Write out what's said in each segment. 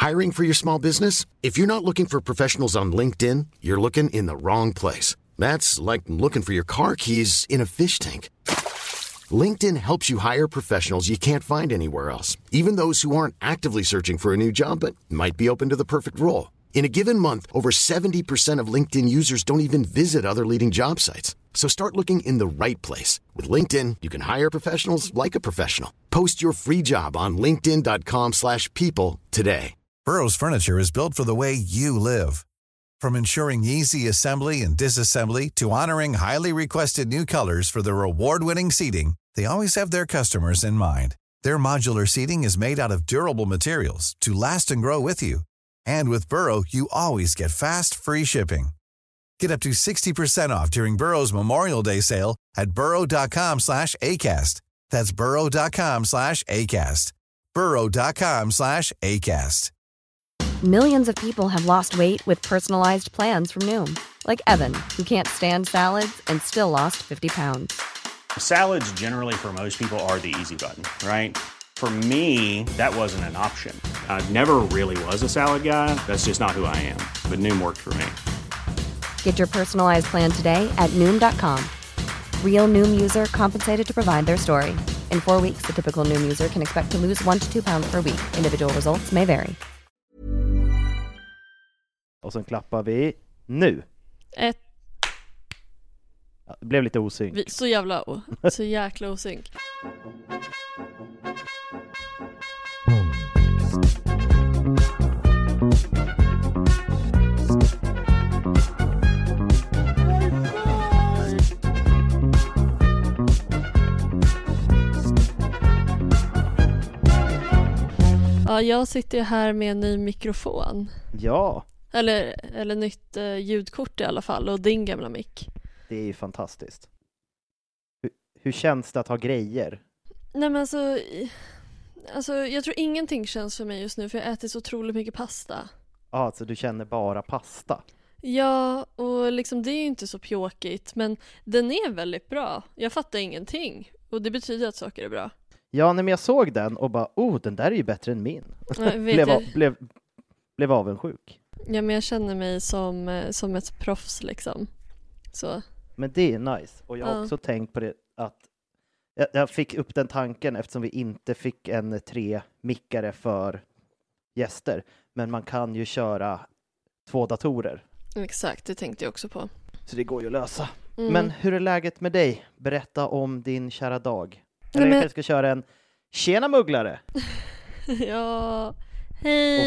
Hiring for your small business? If you're not looking for professionals on LinkedIn, you're looking in the wrong place. That's like looking for your car keys in a fish tank. LinkedIn helps you hire professionals you can't find anywhere else, even those who aren't actively searching for a new job but might be open to the perfect role. In a given month, over 70% of LinkedIn users don't even visit other leading job sites. So start looking in the right place. With LinkedIn, you can hire professionals like a professional. Post your free job on linkedin.com/people today. Burrow's furniture is built for the way you live. From ensuring easy assembly and disassembly to honoring highly requested new colors for their award-winning seating, they always have their customers in mind. Their modular seating is made out of durable materials to last and grow with you. And with Burrow, you always get fast, free shipping. Get up to 60% off during Burrow's Memorial Day sale at burrow.com/ACAST. That's burrow.com/ACAST. burrow.com/ACAST. Millions of people have lost weight with personalized plans from Noom. Like Evan, who can't stand salads and still lost 50 pounds. Salads generally for most people are the easy button, right? For me, that wasn't an option. I never really was a salad guy. That's just not who I am. But Noom worked for me. Get your personalized plan today at Noom.com. Real Noom user compensated to provide their story. In 4 weeks, the typical Noom user can expect to lose 1 to 2 pounds per week. Individual results may vary. Och sen klappar vi nu. Ja, det blev lite osynk. Så jäkla osynk. Ja, jag sitter ju här med en ny mikrofon. Ja. Eller nytt ljudkort i alla fall. Och din gamla mick. Det är ju fantastiskt. Hur känns det att ha grejer? Nej men alltså jag tror ingenting känns för mig just nu. För jag äter så otroligt mycket pasta. Ja, alltså du känner bara pasta? Ja, och liksom det är ju inte så pjåkigt. Men den är väldigt bra. Jag fattar ingenting. Och det betyder att saker är bra. Ja, när jag såg den och bara, den där är ju bättre än min. Blev avundsjuk. Ja, men jag känner mig som ett proffs liksom. Så. Men det är nice. Och jag har också tänkt på det att jag fick upp den tanken eftersom vi inte fick en 3-mickare för gäster. Men man kan ju köra 2 datorer. Exakt, det tänkte jag också på. Så det går ju att lösa. Men hur är läget med dig? Berätta om din kära dag. Eller jag ska köra en tjena mugglare. Ja, hej.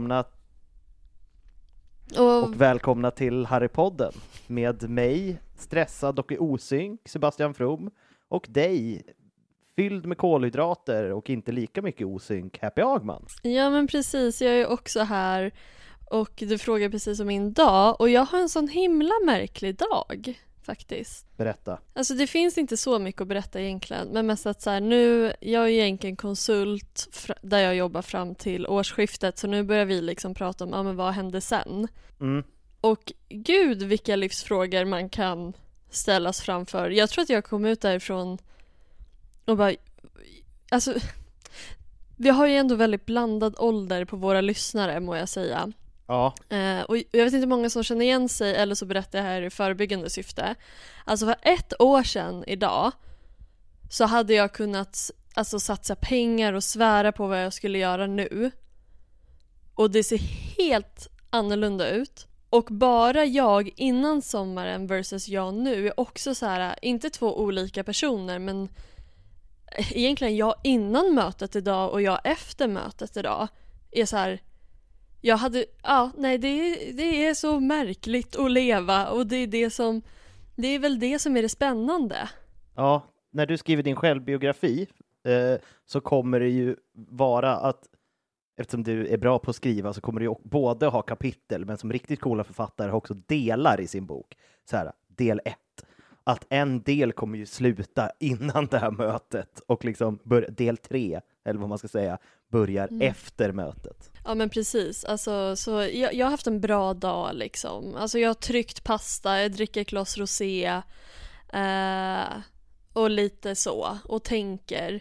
Och välkomna till Harrypodden med mig, stressad och i osynk, Sebastian From, och dig, fylld med kolhydrater och inte lika mycket osynk, Happy Agman. Ja, men precis, jag är också här och du frågar precis om min dag och jag har en sån himla märklig dag faktiskt. Berätta. Alltså det finns inte så mycket att berätta egentligen, men mest att så här, nu, jag är egentligen konsult där jag jobbar fram till årsskiftet, så nu börjar vi liksom prata om men vad hände sen? Och gud vilka livsfrågor man kan ställas framför. Jag tror att jag kom ut därifrån och bara, alltså vi har ju ändå väldigt blandad ålder på våra lyssnare, må jag säga. Ja. Och jag vet inte många som känner igen sig, eller så berättar jag här i förebyggande syfte. Alltså för 1 år sedan idag så hade jag kunnat satsa pengar och svära på vad jag skulle göra nu. Och det ser helt annorlunda ut. Och bara jag innan sommaren versus jag nu är också så här, inte 2 olika personer, men egentligen jag innan mötet idag och jag efter mötet idag är så här. Jag hade, det är så märkligt att leva och det är väl det som är det spännande. Ja, när du skriver din självbiografi så kommer det ju vara att, eftersom du är bra på att skriva, så kommer du ju både ha kapitel, men som riktigt coola författare har också delar i sin bok. Så här, del 1. Att en del kommer ju sluta innan det här mötet och liksom del 3, eller vad man ska säga, börjar efter mötet. Ja, men precis. Alltså, så jag har haft en bra dag liksom. Alltså jag har tryckt pasta, jag dricker ett glas rosé och lite så och tänker.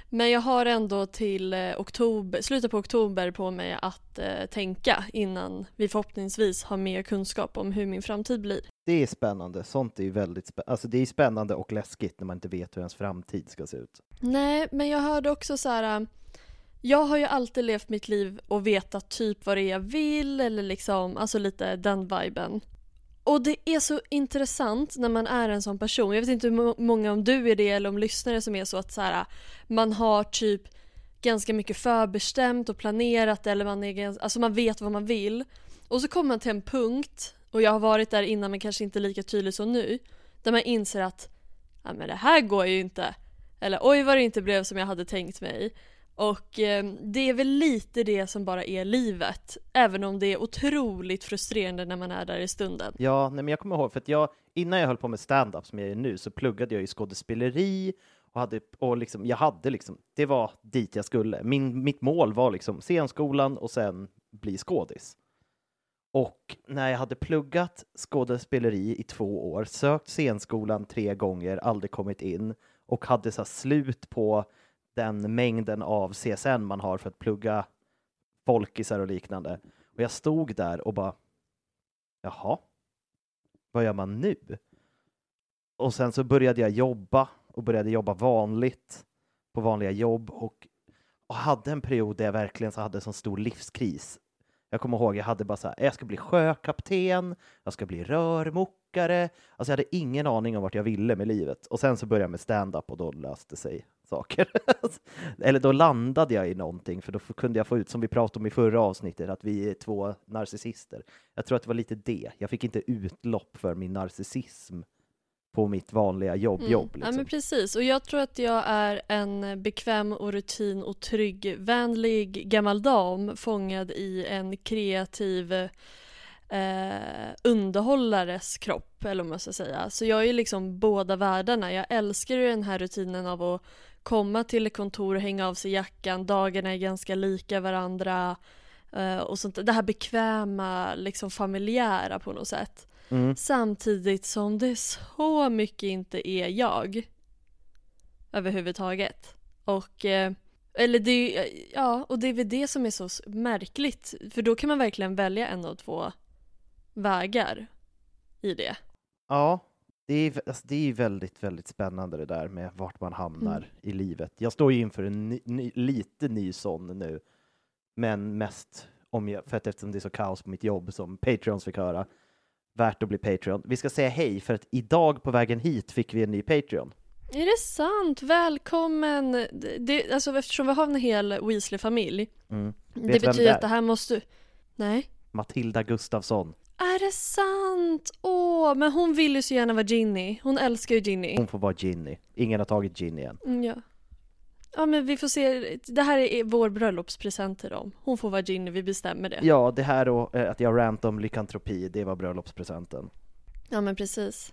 Men jag har ändå till slutet på oktober på mig att tänka innan vi förhoppningsvis har mer kunskap om hur min framtid blir. Det är spännande. Sånt är ju väldigt spännande. Alltså det är spännande och läskigt när man inte vet hur ens framtid ska se ut. Nej, men jag hörde också så här. Jag har ju alltid levt mitt liv och vetat typ vad det är jag vill eller liksom, alltså lite den viben. Och det är så intressant när man är en sån person. Jag vet inte hur många om du är det eller om lyssnare som är så att så här, man har typ ganska mycket förbestämt och planerat eller man vet vad man vill. Och så kommer man till en punkt, och jag har varit där innan men kanske inte lika tydligt som nu, där man inser att ja, men det här går ju inte. Eller oj vad det inte blev som jag hade tänkt mig. Och det är väl lite det som bara är livet. Även om det är otroligt frustrerande när man är där i stunden. Ja, nej, men jag kommer ihåg för att innan jag höll på med stand-up som jag är nu så pluggade jag i skådespeleri det var dit jag skulle. Mitt mål var liksom scenskolan och sen bli skådis. Och när jag hade pluggat skådespeleri i 2 år, sökt scenskolan 3 gånger, aldrig kommit in och hade så slut på den mängden av CSN man har för att plugga folkisar och liknande. Och jag stod där och bara, jaha, vad gör man nu? Och sen så började jag jobba vanligt på vanliga jobb och hade en period där jag verkligen så hade en sån stor livskris. Jag kommer ihåg, jag hade bara så här, jag ska bli sjökapten, jag ska bli rörmokare. Alltså jag hade ingen aning om vart jag ville med livet. Och sen så började jag med stand-up och då löste sig saker. Eller då landade jag i någonting, för då kunde jag få ut, som vi pratade om i förra avsnittet, att vi är 2 narcissister. Jag tror att det var lite det. Jag fick inte utlopp för min narcissism på mitt vanliga jobb. Liksom. Ja men precis, och jag tror att jag är en bekväm och rutin och tryggvänlig gammal dam fångad i en kreativ underhållares kropp, eller vad man ska säga. Så jag är liksom båda världarna. Jag älskar ju den här rutinen av att komma till ett kontor och hänga av sig jackan, dagarna är ganska lika varandra och sånt. Det här bekväma, liksom familjära på något sätt. Samtidigt som det så mycket inte är jag överhuvudtaget. Och och det är väl det som är så märkligt, för då kan man verkligen välja en av 2 vägar i det. Ja, det är väldigt, väldigt spännande det där med vart man hamnar i livet. Jag står ju inför en lite ny sån nu, men mest eftersom det är så kaos på mitt jobb som Patreons fick höra. Värt att bli Patreon. Vi ska säga hej för att idag på vägen hit fick vi en ny Patreon. Är det sant? Välkommen! Alltså eftersom vi har en hel Weasley-familj. Det betyder att det här måste... Nej? Matilda Gustafsson. Är det sant? Men hon vill ju så gärna vara Ginny. Hon älskar ju Ginny. Hon får vara Ginny. Ingen har tagit Ginny än. Ja. Ja, men vi får se. Det här är vår bröllopspresent till dem. Hon får vara Ginny, vi bestämmer det. Ja, det här och att jag rant om lykantropi, det var bröllopspresenten. Ja, men precis.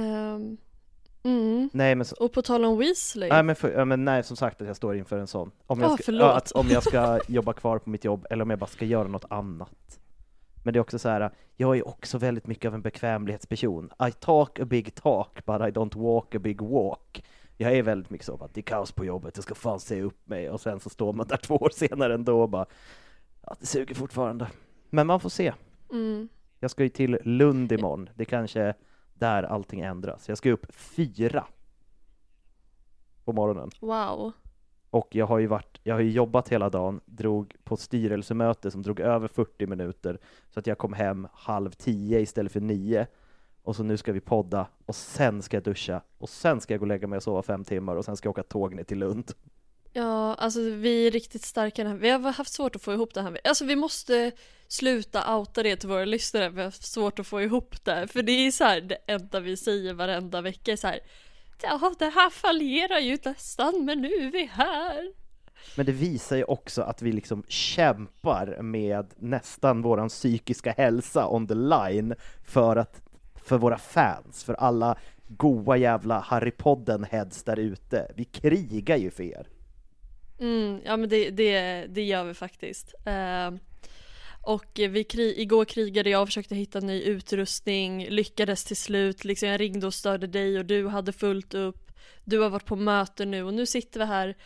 Nej, men och på tal om Weasley. Nej, som sagt att jag står inför en sån. Om jag ska jobba kvar på mitt jobb eller om jag bara ska göra något annat. Men det är också så här, jag är också väldigt mycket av en bekvämlighetsperson. I talk a big talk, but I don't walk a big walk. Jag är väldigt mycket så att det är kaos på jobbet, jag ska fan se upp mig. Och sen så står man där 2 år senare ändå och bara, ja, det suger fortfarande. Men man får se. Jag ska ju till Lund imorgon. Det kanske där allting ändras. Jag ska upp 4 på morgonen. Wow. Och jag har ju jobbat hela dagen, drog på styrelsemöte som drog över 40 minuter. Så att jag kom hem 9:30 istället för 9. Och så nu ska vi podda och sen ska jag duscha och sen ska jag gå och lägga mig och sova 5 timmar och sen ska jag åka tåg ner till Lund. Ja, alltså vi är riktigt starka. Vi har haft svårt att få ihop det här. Alltså vi måste sluta outa det till våra lyssnare. Vi har haft svårt att få ihop det. För det är så här, det enda vi säger varenda vecka är så här, ja, det här fallerar ju nästan, men nu är vi här. Men det visar ju också att vi liksom kämpar med nästan våran psykiska hälsa on the line för våra fans, för alla goa jävla Harry Podden-heads där ute. Vi krigar ju för er. Ja, men det gör vi faktiskt. Och igår krigade jag och försökte hitta ny utrustning, lyckades till slut. Liksom jag ringde och störde dig och du hade fullt upp. Du har varit på möten nu och nu sitter vi här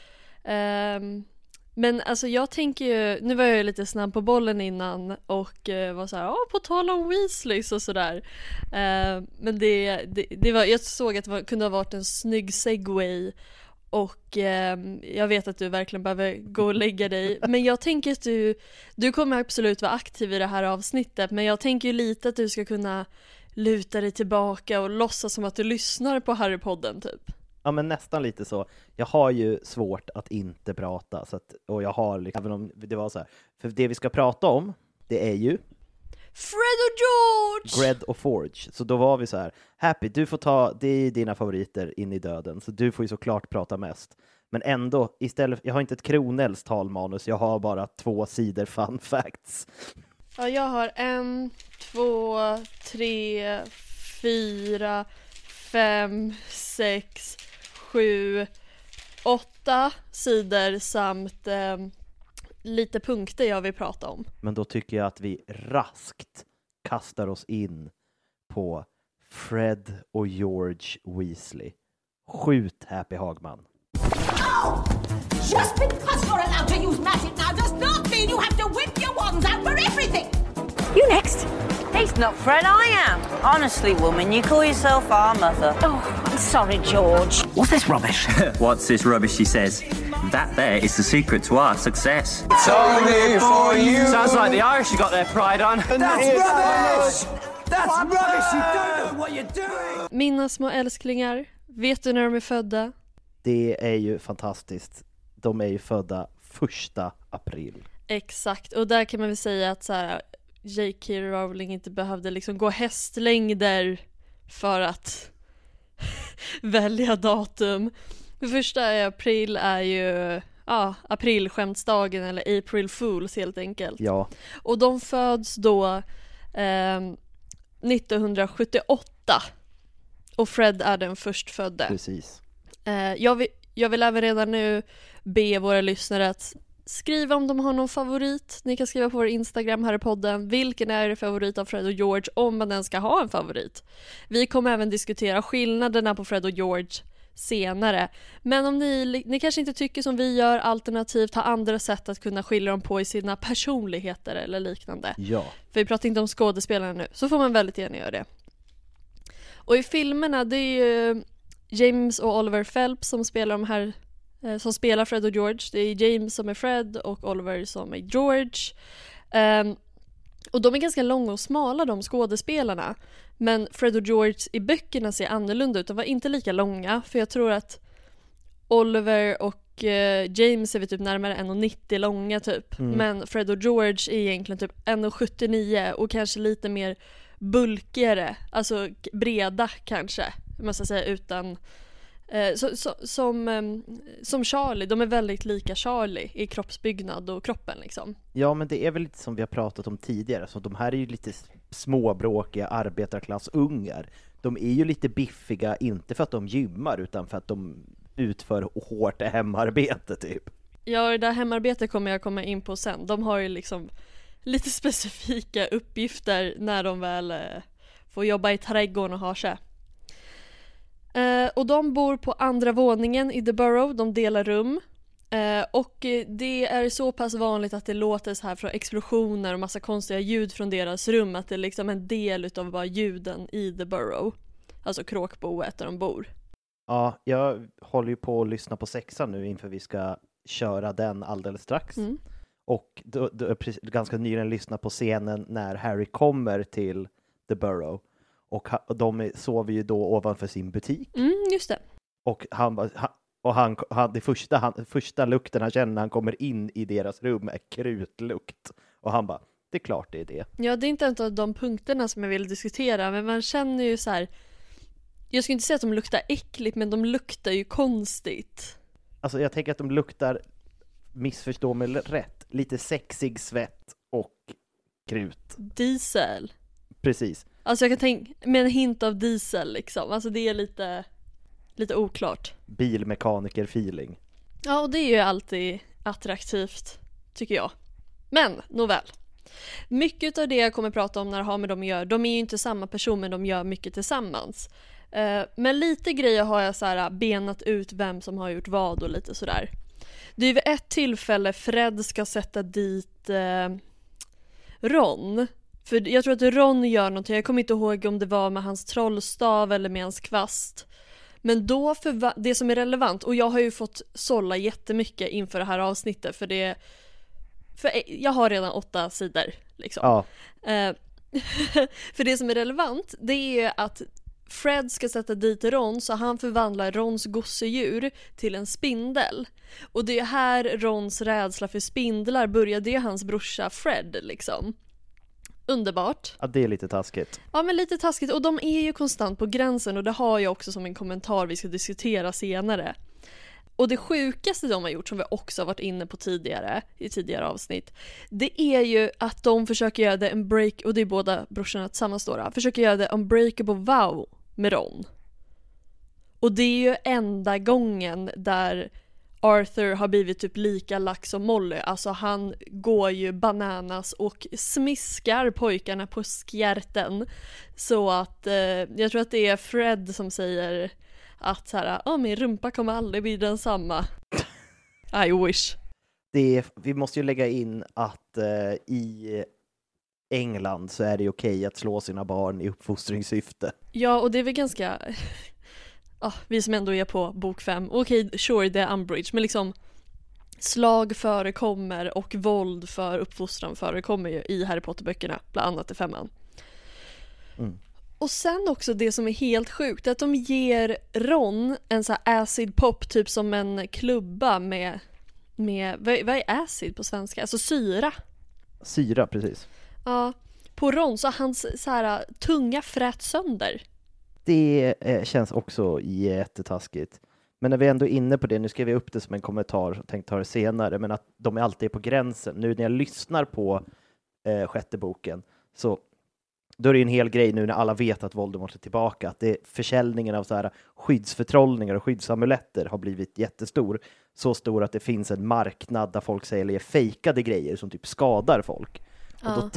Men alltså jag tänker ju, nu var jag ju lite snabb på bollen innan och var så här, på tal om Weasleys och sådär. Men det var, jag såg att det kunde ha varit en snygg segway och jag vet att du verkligen behöver gå och lägga dig. Men jag tänker att du kommer absolut vara aktiv i det här avsnittet, men jag tänker ju lite att du ska kunna luta dig tillbaka och låtsas som att du lyssnar på Harrypodden typ. Ja, men nästan lite så. Jag har ju svårt att inte prata. Så att, och jag har, liksom, även om det var så här. För det vi ska prata om, det är ju Fred och George! Gred och Forge. Så då var vi så här. Happy, du får ta, det är dina favoriter in i döden. Så du får ju såklart prata mest. Men ändå, istället, jag har inte ett kronels talmanus. Jag har bara 2 sidor fun facts. Ja, jag har 1, 2, 3, 4, 5, 6, 7, 8 sidor samt lite punkter jag vill prata om. Men då tycker jag att vi raskt kastar oss in på Fred och George Weasley. Skjut Happy Hagman. Oh! Just because you're allowed to use magic now does not mean you have to whip your wands out for everything! You next. He's not Fred, I am. Honestly, woman, you call yourself our mother. Oh, I'm sorry, George. What's this rubbish? What's this rubbish, she says? That there is the secret to our success. It's only for you. Sounds like the Irish you got their pride on. That's rubbish! That's rubbish! You don't know what you're doing! Mina små älsklingar, vet du när de är födda? Det är ju fantastiskt. De är ju födda 1 april. Exakt, och där kan man väl säga att så här, J.K. Rowling inte behövde liksom gå hästlängder för att välja datum. Det 1 april är ju aprilskämtsdagen eller April Fools helt enkelt. Ja. Och de föds då 1978 och Fred är den förstfödde. Precis. Jag vill även redan nu be våra lyssnare att skriva om de har någon favorit. Ni kan skriva på vår Instagram här i podden. Vilken är er favorit av Fred och George, om man den ska ha en favorit. Vi kommer även diskutera skillnaderna på Fred och George senare. Men om ni kanske inte tycker som vi gör, alternativt har andra sätt att kunna skilja dem på i sina personligheter eller liknande. Ja. För vi pratar inte om skådespelarna nu, så får man väldigt gärna göra det. Och i filmerna, det är ju James och Oliver Phelps som spelar de här, som spelar Fred och George. Det är James som är Fred och Oliver som är George. Och de är ganska långa och smala, de skådespelarna. Men Fred och George i böckerna ser annorlunda ut. De var inte lika långa, för jag tror att Oliver och James är väl typ närmare 1,90 långa typ. Men Fred och George är egentligen typ 1,79 och kanske lite mer bulkigare. Alltså breda kanske, måste jag säga, utan som Charlie. De är väldigt lika Charlie i kroppsbyggnad och kroppen liksom. Ja, men det är väl lite som vi har pratat om tidigare. Så de här är ju lite småbråkiga arbetarklassungar. De är ju lite biffiga, inte för att de gymmar utan för att de utför hårt hemarbete typ. Ja, det där hemarbetet kommer jag komma in på sen. De har ju liksom lite specifika uppgifter när de väl får jobba i trädgården och ha sig. Och de bor på andra våningen i The Burrow. De delar rum. Och det är så pass vanligt att det låter så här från explosioner och massa konstiga ljud från deras rum, att det är liksom en del utav bara ljuden i The Burrow. Alltså kråkboet där de bor. Ja, jag håller ju på att lyssna på 6:an nu inför vi ska köra den alldeles strax. Och då ganska nyligen lyssnat på scenen när Harry kommer till The Burrow. Och de sover ju då ovanför sin butik. Just det. Och det första lukten han känner när han kommer in i deras rum är krutlukt. Och han bara, det är klart det är det. Ja, det är inte en av de punkterna som jag vill diskutera. Men man känner ju så här, jag skulle inte säga att de luktar äckligt, men de luktar ju konstigt. Alltså jag tänker att de luktar, missförstå mig rätt, lite sexig svett och krut. Diesel. Precis. Alltså jag kan tänka med en hint av diesel liksom. Alltså det är lite oklart. Bilmekaniker-feeling. Ja, och det är ju alltid attraktivt, tycker jag. Men, nåväl. Mycket av det jag kommer prata om när det har med dem att göra, de är ju inte samma person, men de gör mycket tillsammans. Men lite grejer har jag så här benat ut vem som har gjort vad och lite sådär. Det är vid ett tillfälle Fred ska sätta dit Ron. För jag tror att Ron gör någonting. Jag kommer inte ihåg om det var med hans trollstav eller med hans kvast. Men då det som är relevant, och jag har ju fått sålla jättemycket inför det här avsnittet, för jag har redan 8 sidor liksom. Ja. För det som är relevant, det är att Fred ska sätta dit Ron, så han förvandlar Rons gosedjur till en spindel. Och det är här Rons rädsla för spindlar börjar, det är hans brorsa Fred liksom. Underbart. Ja, det är lite taskigt. Ja, men lite taskigt. Och de är ju konstant på gränsen, och det har jag också som en kommentar vi ska diskutera senare. Och det sjukaste de har gjort, som vi också har varit inne på i tidigare avsnitt, det är ju att de försöker göra det och det är båda brorsorna tillsammans då, försöker göra det unbreakable vow med Ron. Och det är ju enda gången där Arthur har blivit typ lika lax som Molly. Alltså han går ju bananas och smiskar pojkarna på skärten. Så att jag tror att det är Fred som säger att så här, min rumpa kommer aldrig bli densamma. I wish. Vi måste ju lägga in att i England så är det okej att slå sina barn i uppfostringssyfte. Ja, och det är väl ganska... vi som ändå är på bok 5. Okej, sure, det är Umbridge, men liksom slag förekommer och våld för uppfostran förekommer ju i Harry Potter-böckerna, bland annat i 5:an. Och sen också det som är helt sjukt, att de ger Ron en så här acid pop, typ som en klubba med vad är acid på svenska? Alltså syra. Syra, precis. Ja, på Ron så hans så här tunga frät sönder. Det känns också jättetaskigt. Men när vi ändå är inne på det, nu skrev jag upp det som en kommentar och tänkte ta det senare, men att de är alltid på gränsen. Nu när jag lyssnar på 6:e boken, så då är det en hel grej nu när alla vet att Voldemort är tillbaka, att försäljningen av så här skyddsförtrollningar och skyddsamuletter har blivit jättestor. Så stor att det finns en marknad där folk säljer fejkade grejer som typ skadar folk. Och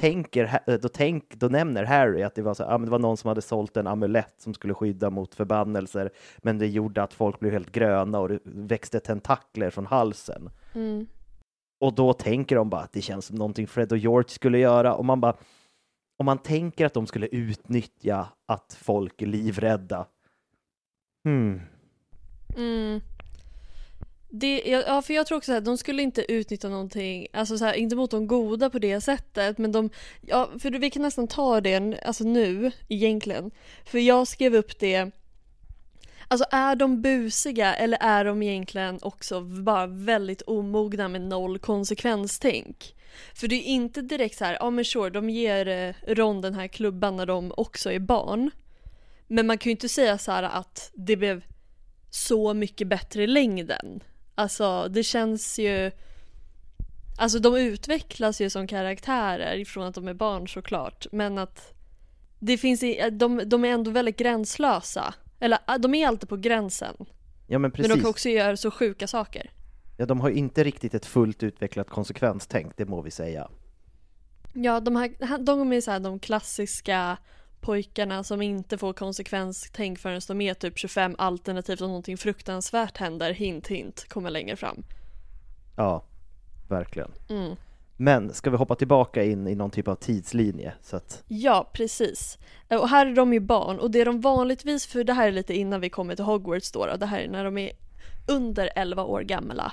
då nämner Harry att det var, det var någon som hade sålt en amulett som skulle skydda mot förbannelser, men det gjorde att folk blev helt gröna och det växte tentakler från halsen. Och då tänker de bara att det känns som någonting Fred och George skulle göra, och man bara, om man tänker att de skulle utnyttja att folk är livrädda. För jag tror också att de skulle inte utnyttja någonting, alltså så här, inte mot de goda på det sättet, men för vi kan nästan ta det alltså nu egentligen, för jag skrev upp det, alltså är de busiga eller är de egentligen också bara väldigt omogna med noll konsekvenstänk? För det är inte direkt så här, men sure, de ger Ron den här klubban när de också är barn, men man kan ju inte säga så här att det blev så mycket bättre i längden. Alltså det känns ju, alltså de utvecklas ju som karaktärer ifrån att de är barn såklart, men att det finns de är ändå väldigt gränslösa, eller de är alltid på gränsen. Ja, men precis. Men de kan också göra så sjuka saker. Ja, de har inte riktigt ett fullt utvecklat konsekvenstänk, det må vi säga. Ja, de är så här, de klassiska pojkarna som inte får konsekvenstänk förrän de är typ 25, alternativt om någonting fruktansvärt händer, hint, kommer längre fram. Ja, verkligen. Men ska vi hoppa tillbaka in i någon typ av tidslinje? Så att... Ja, precis. Och här är de ju barn, och det är de vanligtvis, för det här är lite innan vi kommer till Hogwarts då, det här är när de är under 11 år gamla.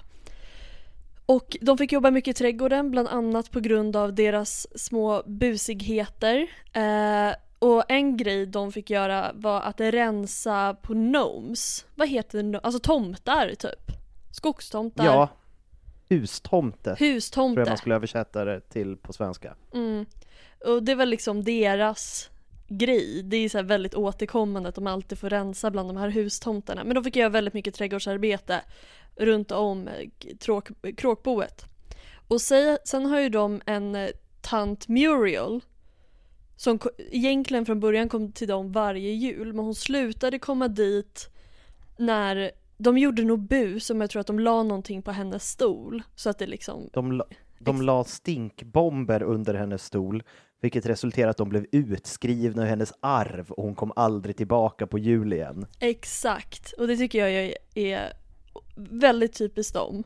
Och de fick jobba mycket i trädgården, bland annat på grund av deras små busigheter. Och en grej de fick göra var att rensa på gnomes. Vad heter det? Alltså tomtar typ. Skogstomtar. Ja, hustomte. Hustomte. Tror jag man skulle översätta det till på svenska. Och det var liksom deras grej. Det är så här väldigt återkommande att de alltid får rensa bland de här hustomtarna. Men de fick göra väldigt mycket trädgårdsarbete runt om kråkboet. Och sen har ju de en tant Muriel som egentligen från början kom till dem varje jul, men hon slutade komma dit när de gjorde nog bus, som jag tror att de la någonting på hennes stol, så att det liksom... De la stinkbomber under hennes stol, vilket resulterade att de blev utskrivna ur hennes arv och hon kom aldrig tillbaka på jul igen. Exakt, och det tycker jag är väldigt typiskt dem.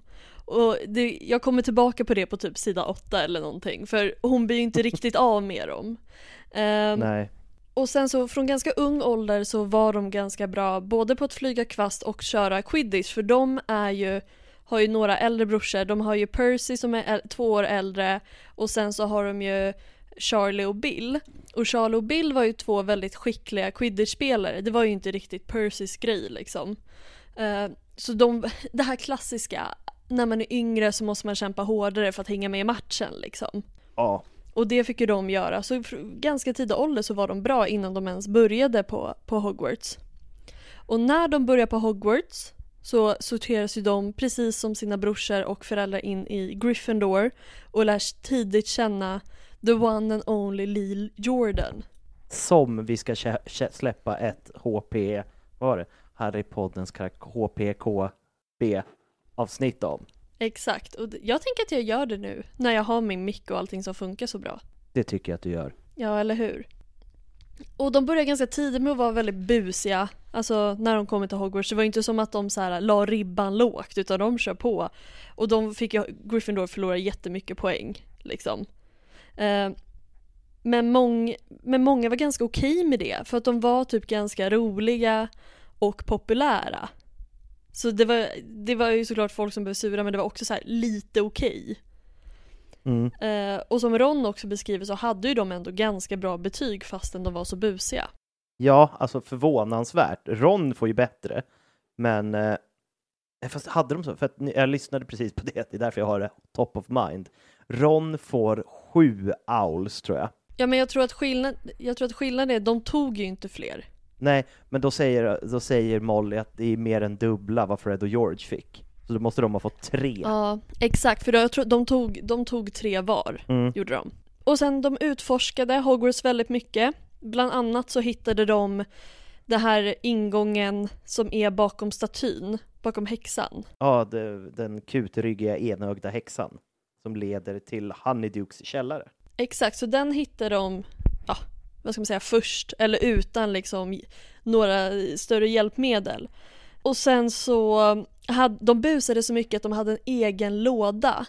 Och jag kommer tillbaka på det på typ sida 8 eller någonting. För hon blir ju inte riktigt av med dem. Nej. Och sen så från ganska ung ålder så var de ganska bra både på att flyga kvast och köra quidditch. För de har ju några äldre brorsor. De har ju Percy som är 2 år äldre. Och sen så har de ju Charlie och Bill. Och Charlie och Bill var ju 2 väldigt skickliga quidditch-spelare. Det var ju inte riktigt Percys grej liksom. Så det här klassiska, när man är yngre så måste man kämpa hårdare för att hänga med i matchen liksom. Ja. Och det fick ju de göra. Så ganska tidig ålder så var de bra innan de ens började på Hogwarts. Och när de börjar på Hogwarts så sorteras ju de precis som sina brorsor och föräldrar in i Gryffindor och lär tidigt känna the one and only Lil Jordan. Som vi ska släppa ett Harry Poddens HPKB avsnitt om. Exakt, och jag tänker att jag gör det nu när jag har min mick och allting som funkar så bra. Det tycker jag att du gör. Ja, eller hur? Och de började ganska tidigt med att vara väldigt busiga. Alltså när de kommer till Hogwarts. Det var inte som att de så här la ribban lågt, utan de kör på. Och de fick ju Gryffindor förlora jättemycket poäng liksom. Men många var ganska okej med det. För att de var typ ganska roliga och populära. Så det var ju såklart folk som blev sura, men det var också så här lite okej. Och som Ron också beskriver så hade ju de ändå ganska bra betyg fastän de var så busiga. Ja, alltså förvånansvärt. Ron får ju bättre, men fast hade de så? För att jag lyssnade precis på det är därför jag har det top of mind. Ron får 7 owls, tror jag. Ja, men jag tror att skillnaden är de tog ju inte fler. Nej, men då säger Molly att det är mer än dubbla vad Fred och George fick. Så då måste de ha fått 3. Ja, exakt. För jag tror de tog 3 var, gjorde de. Och sen de utforskade Hogwarts väldigt mycket. Bland annat så hittade de det här ingången som är bakom statyn, bakom häxan. Ja, den kutryggiga enögda häxan som leder till Honeydukes källare. Exakt, så den hittade de, vad ska man säga, först eller utan liksom några större hjälpmedel. Och sen så de busade så mycket att de hade en egen låda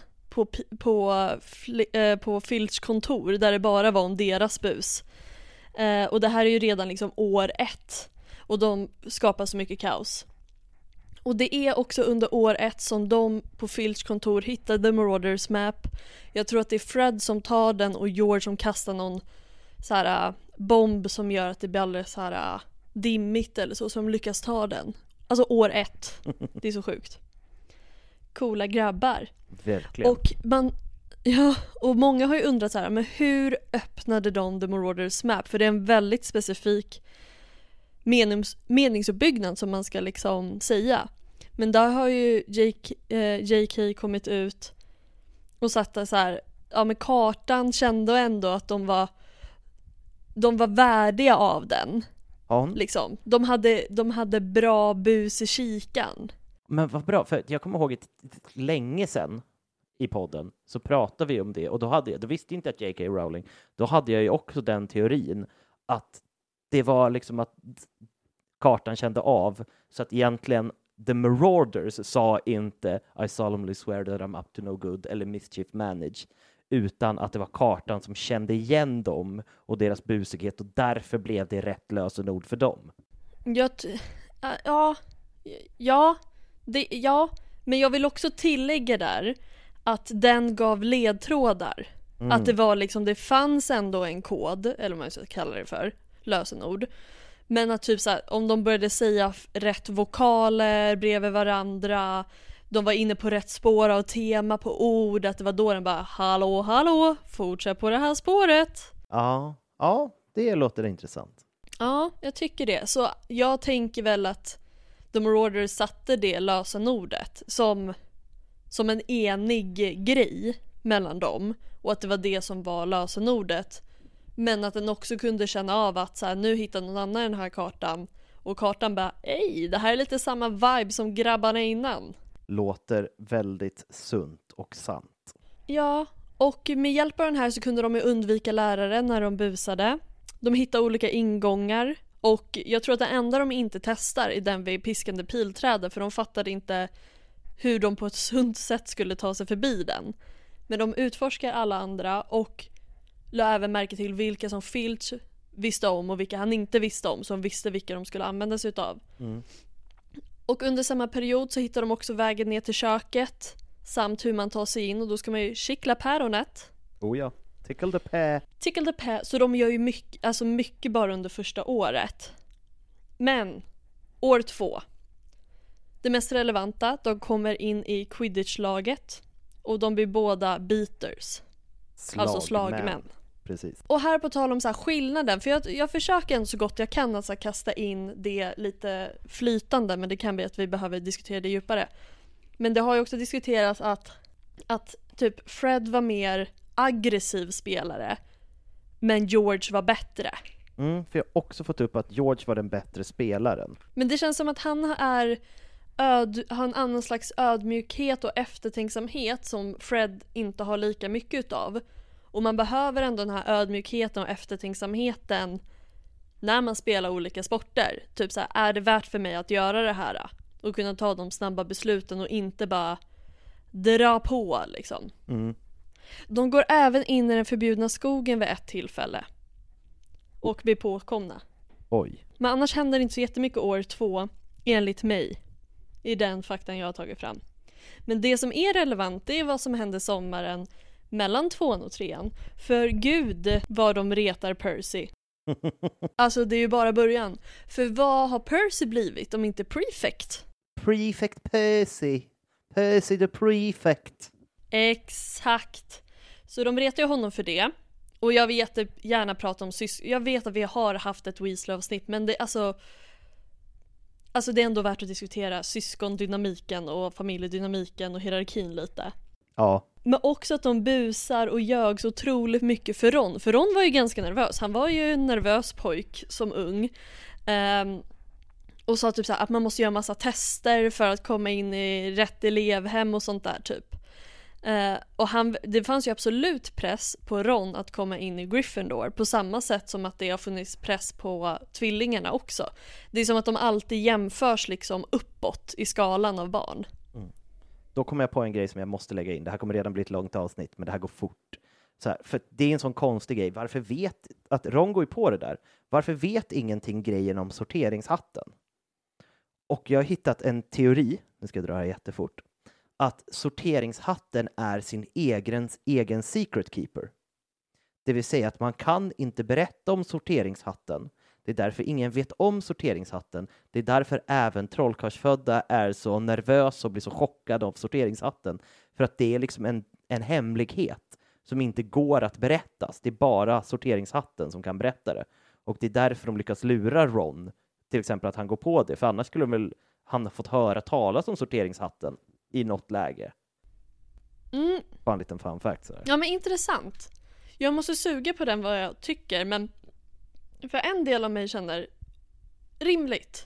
på Filchs kontor där det bara var om deras bus. Och det här är ju redan liksom år 1 och de skapar så mycket kaos. Och det är också under år 1 som de på Filchs kontor hittar The Marauders Map. Jag tror att det är Fred som tar den och George som kastar någon så här bomb som gör att det blir alldeles så här dimmigt eller så, som lyckas ta den. Alltså år 1. Det är så sjukt. Coola grabbar. Verkligen. Och många har ju undrat så här, men hur öppnade de The Marauders Map? För det är en väldigt specifik meningsuppbyggnad som man ska liksom säga. Men där har ju JK kommit ut och sagt att så här, ja, men kartan kände ändå att de var värdiga av den. Ja. Liksom. De hade bra bus i kikan. Men vad bra, för jag kommer ihåg länge sedan i podden så pratade vi om det och då visste inte att J.K. Rowling, då hade jag ju också den teorin att det var liksom att kartan kände av, så att egentligen The Marauders sa inte I solemnly swear that I'm up to no good eller mischief manage, utan att det var kartan som kände igen dem och deras busighet, och därför blev det rätt lösenord för dem. Men jag vill också tillägga där att den gav ledtrådar. Att det var liksom, det fanns ändå en kod, eller vad man ska kalla det för, lösenord. Men att typ så här, om de började säga rätt vokaler bredvid varandra, de var inne på rätt spår och tema på ord, att det var då den bara hallå, fortsätt på det här spåret. Ja, det låter intressant. Ja, jag tycker det. Så jag tänker väl att The Marauders satte det lösenordet som en enig grej mellan dem, och att det var det som var lösenordet. Men att den också kunde känna av att så här, nu hittar någon annan den här kartan, och kartan bara, ej, det här är lite samma vibe som grabbarna innan. Låter väldigt sunt och sant. Ja, och med hjälp av den här så kunde de ju undvika lärare när de busade. De hittade olika ingångar, och jag tror att det enda de inte testar är den vid piskande pilträdet, för de fattade inte hur de på ett sunt sätt skulle ta sig förbi den. Men de utforskar alla andra och la även märke till vilka som Filch visste om och vilka han inte visste om, som visste vilka de skulle använda sig utav. Och under samma period så hittar de också vägen ner till köket samt hur man tar sig in, och då ska man ju kittla päronet. Oh ja, tickle the pear. Tickle the pear, så de gör ju mycket bara under första året. Men år 2, det mest relevanta, de kommer in i Quidditch-laget och de blir båda beaters. Alltså slagmän. Precis. Och här på tal om så här skillnaden, för jag försöker ändå så gott jag kan att så här kasta in det lite flytande, men det kan bli att vi behöver diskutera det djupare. Men det har ju också diskuterats att typ Fred var mer aggressiv spelare, men George var bättre. För jag har också fått upp att George var den bättre spelaren. Men det känns som att han har en annan slags ödmjukhet och eftertänksamhet som Fred inte har lika mycket utav. Och man behöver ändå den här ödmjukheten och eftertänksamheten när man spelar olika sporter. Typ så här, är det värt för mig att göra det här? Och kunna ta de snabba besluten och inte bara dra på liksom. De går även in i den förbjudna skogen vid ett tillfälle och blir påkomna. Oj. Men annars händer inte så jättemycket år 2 enligt mig i den faktan jag har tagit fram. Men det som är relevant, det är vad som hände sommaren mellan 2:an och 3:an. För gud vad de retar Percy. Alltså det är ju bara början. För vad har Percy blivit om inte prefect? Prefect Percy. Percy the prefect. Exakt. Så de retar ju honom för det. Och jag vill jättegärna prata om jag vet att vi har haft ett Weasley-avsnitt, men det alltså det är ändå värt att diskutera syskondynamiken och familjedynamiken och hierarkin lite. Ja. Men också att de busar och ljög så otroligt mycket för Ron. För Ron var ju ganska nervös. Han var ju en nervös pojk som ung. Och sa typ så här, att man måste göra massa tester för att komma in i rätt elevhem och sånt där typ. Och det fanns ju absolut press på Ron att komma in i Gryffindor, på samma sätt som att det har funnits press på tvillingarna också. Det är som att de alltid jämförs liksom uppåt i skalan av barn. Då kommer jag på en grej som jag måste lägga in. Det här kommer redan bli ett långt avsnitt, men det här går fort. Så här, för det är en sån konstig grej. Varför vet att Ron går ju på det där? Varför vet ingenting grejen om sorteringshatten? Och jag har hittat en teori, nu ska jag dra det här jättefort, att sorteringshatten är sin egen secret keeper. Det vill säga att man kan inte berätta om sorteringshatten. Det är därför ingen vet om sorteringshatten. Det är därför även trollkarlsfödda är så nervösa och blir så chockade av sorteringshatten. För att det är liksom en hemlighet som inte går att berättas. Det är bara sorteringshatten som kan berätta det. Och det är därför de lyckas lura Ron, till exempel, att han går på det. För annars skulle han ha fått höra talas om sorteringshatten i något läge. Bara en liten fun fact. Så här. Ja, men intressant. Jag måste suga på den vad jag tycker, men för en del av mig känner rimligt.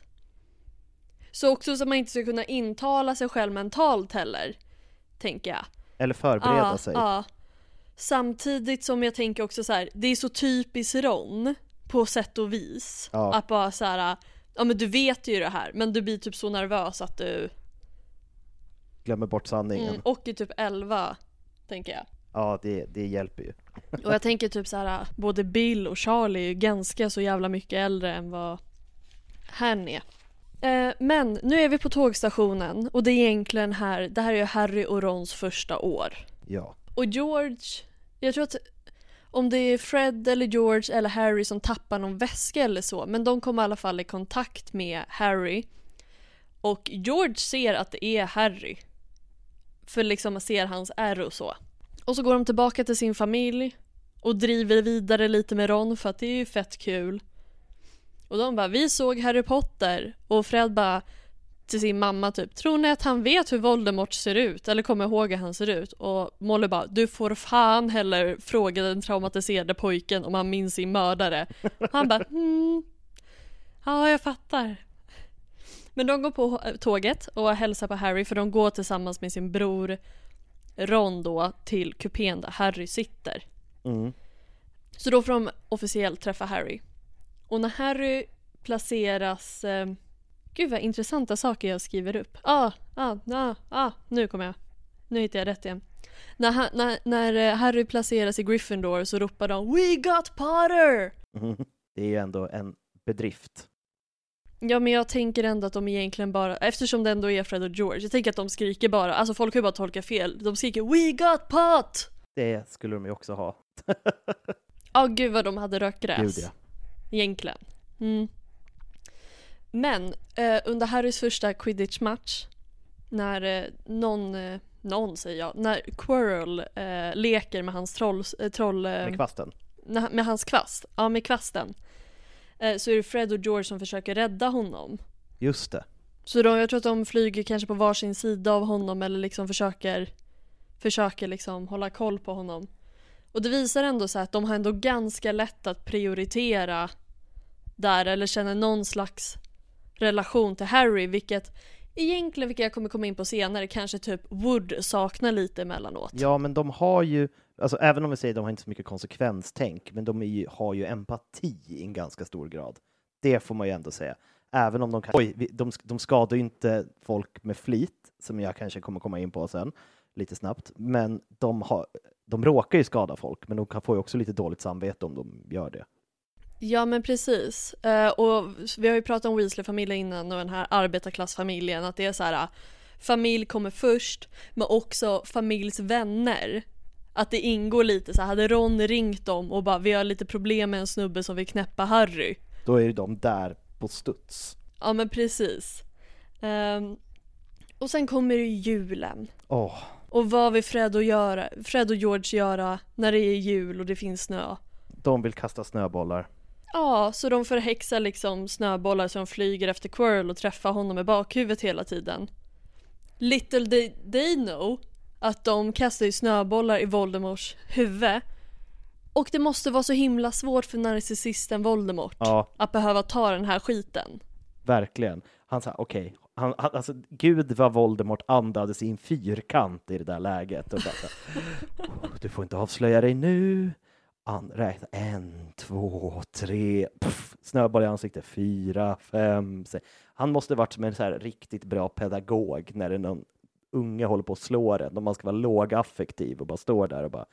Så också så man inte ska kunna intala sig själv mentalt heller, tänker jag. Eller förbereda sig. Ja. Samtidigt som jag tänker också så här, det är så typiskt Ron på sätt och vis. Ja. Att bara så här, ja men du vet ju det här, men du blir typ så nervös att du glömmer bort sanningen. Och i typ 11, tänker jag. Ja, det hjälper ju. Och jag tänker typ så här, både Bill och Charlie är ju ganska så jävla mycket äldre än vad han är. Men nu är vi på tågstationen och det är egentligen det här är ju Harry och Rons första år. Ja. Och George, jag tror att om det är Fred eller George eller Harry som tappar någon väska eller så, men de kommer i alla fall i kontakt med Harry. Och George ser att det är Harry. För liksom man ser hans ärr och så. Och så går de tillbaka till sin familj och driver vidare lite med Ron för att det är ju fett kul. Och de bara, vi såg Harry Potter. Och Fred bara till sin mamma typ, tror ni att han vet hur Voldemort ser ut? Eller kommer ihåg hur han ser ut? Och Molly bara, du får fan heller fråga den traumatiserade pojken om han minns sin mördare. Och han bara, ja jag fattar. Men de går på tåget och hälsar på Harry, för de går tillsammans med sin bror Ron då till kupén där Harry sitter. Så då får de officiellt träffa Harry. Och när Harry placeras Gud vad intressanta saker jag skriver upp. Nu kommer jag. Nu hittar jag rätt igen. När Harry placeras i Gryffindor så ropar de "We got Potter!" Det är ju ändå en bedrift. Ja, men jag tänker ändå att de egentligen bara, eftersom det ändå är Fred och George, jag tänker att de skriker bara, alltså folk har ju bara tolkat fel. De skriker "We got pot!" Det skulle de ju också ha. Gud vad de hade rökgräs. Gud, ja. Egentligen. Men under Harrys första Quidditch-match, när när Quirrell leker med hans Med kvasten. Med hans kvast. Ja, med kvasten. Så är det Fred och George som försöker rädda honom. Just det. Så jag tror att de flyger kanske på varsin sida av honom, eller liksom försöker liksom hålla koll på honom. Och det visar ändå så att de har ändå ganska lätt att prioritera där, eller känner någon slags relation till Harry, vilket jag kommer komma in på senare, kanske typ Wood saknar lite emellanåt. Ja, men de har ju, alltså även om vi säger att de har inte så mycket konsekvenstänk, men har ju empati i en ganska stor grad. Det får man ju ändå säga. Även om de skadar ju inte folk med flit, som jag kanske kommer komma in på sen lite snabbt, men de råkar ju skada folk, men de får ju också lite dåligt samvete om de gör det. Ja, men precis. Och vi har ju pratat om Weasley-familjen innan, och den här arbetarklassfamiljen, att det är så här, familj kommer först, men också familjs vänner. Att det ingår lite så här, hade Ron ringt dem och bara, vi har lite problem med en snubbe som vill knäppa Harry, då är de där på studs. Ja, men precis. Och sen kommer det julen. Och vad vill Fred och George göra när det är jul och det finns snö? De vill kasta snöbollar. Ja, så de förhäxar liksom snöbollar som flyger efter Quirrell och träffar honom i bakhuvudet hela tiden. Little they know att de kastar ju snöbollar i Voldemorts huvud. Och det måste vara så himla svårt för narcissisten Voldemort att behöva ta den här skiten. Verkligen. Han sa okej. Alltså, Gud vad Voldemort andades i en fyrkant i det där läget. Och bara, du får inte avslöja dig nu. Räkna 1, 2, 3. Snöboll i ansiktet. 4, 5, 6. Han måste varit som en så här riktigt bra pedagog när någon unge håller på att slå den. Om man ska vara lågaffektiv och bara står där och bara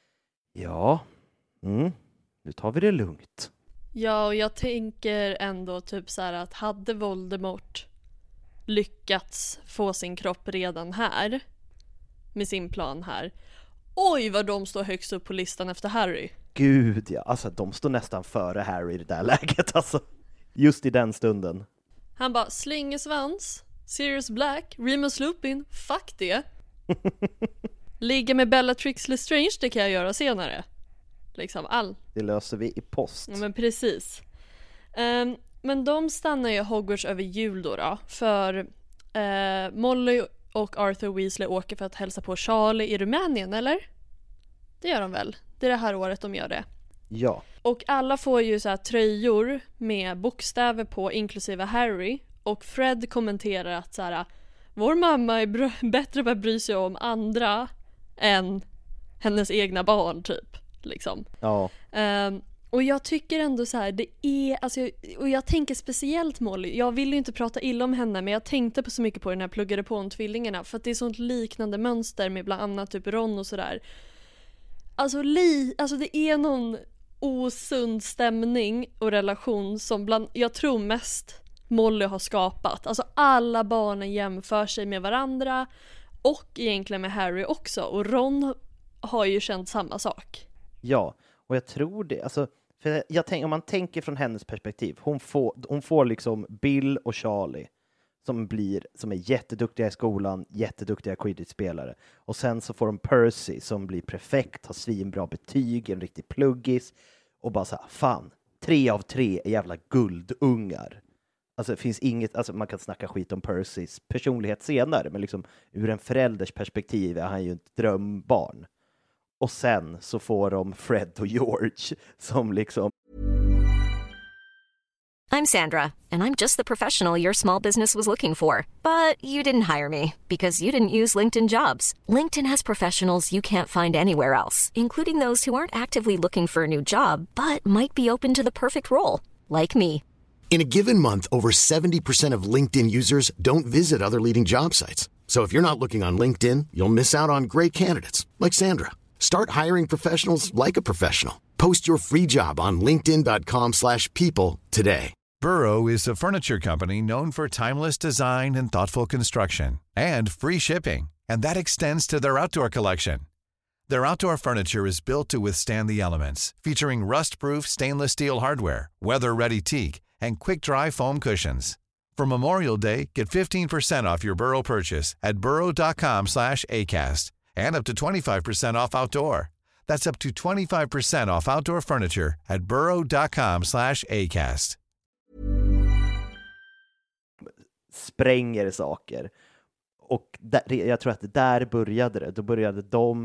nu tar vi det lugnt. Ja, och jag tänker ändå typ så här att hade Voldemort lyckats få sin kropp redan här med sin plan här, oj vad de står högst upp på listan efter Harry. Gud ja, alltså de står nästan före Harry i det där läget alltså. Just i den stunden. Han bara, slingersvans, Sirius Black, Remus Lupin, fuck det. Ligga med Bellatrix Lestrange, det kan jag göra senare. Liksom Det löser vi i post. Ja, men precis. Men de stannar ju Hogwarts över jul då. För Molly och Arthur Weasley åker för att hälsa på Charlie i Rumänien, eller? Det gör de väl? Det är det här året de gör det. Ja. Och alla får ju så här tröjor med bokstäver på, inklusive Harry. Och Fred kommenterar att så här, vår mamma är bättre på att bry sig om andra än hennes egna barn typ. Liksom. Ja. Och jag tycker ändå så här, det är, alltså, och jag tänker speciellt Molly, jag vill ju inte prata illa om henne, men jag tänkte på så mycket på den här pluggade på om tvillingarna, för att det är sånt liknande mönster med bland annat typ Ron och sådär. Alltså det är någon osund stämning och relation som jag tror mest Molly har skapat. Alltså alla barnen jämför sig med varandra och egentligen med Harry också, och Ron har ju känt samma sak. Ja, och jag tror det, alltså, för om man tänker från hennes perspektiv, hon får liksom Bill och Charlie som är jätteduktiga i skolan, jätteduktiga Quidditch-spelare, och sen så får de Percy som blir perfekt, har svinbra betyg, en riktig pluggis, och bara så här, fan, 3 av 3 är jävla guldungar. Alltså det finns inget, alltså man kan snacka skit om Percys personlighet senare, men liksom ur en förälders perspektiv är han ju ett drömbarn. Och sen så får de Fred och George som liksom... I'm Sandra, and I'm just the professional your small business was looking for. But you didn't hire me because you didn't use LinkedIn Jobs. LinkedIn has professionals you can't find anywhere else, including those who aren't actively looking for a new job, but might be open to the perfect role, like me. In a given month, over 70% of LinkedIn users don't visit other leading job sites. So if you're not looking on LinkedIn, you'll miss out on great candidates like Sandra. Start hiring professionals like a professional. Post your free job on linkedin.com/people today. Burrow is a furniture company known for timeless design and thoughtful construction and free shipping, and that extends to their outdoor collection. Their outdoor furniture is built to withstand the elements, featuring rust-proof stainless steel hardware, weather-ready teak, and quick-dry foam cushions. For Memorial Day, get 15% off your Burrow purchase at burrow.com/acast and up to 25% off outdoor. That's up to 25% off outdoor furniture at burrow.com/acast. Spränger saker. Och jag tror att där började det. Då började de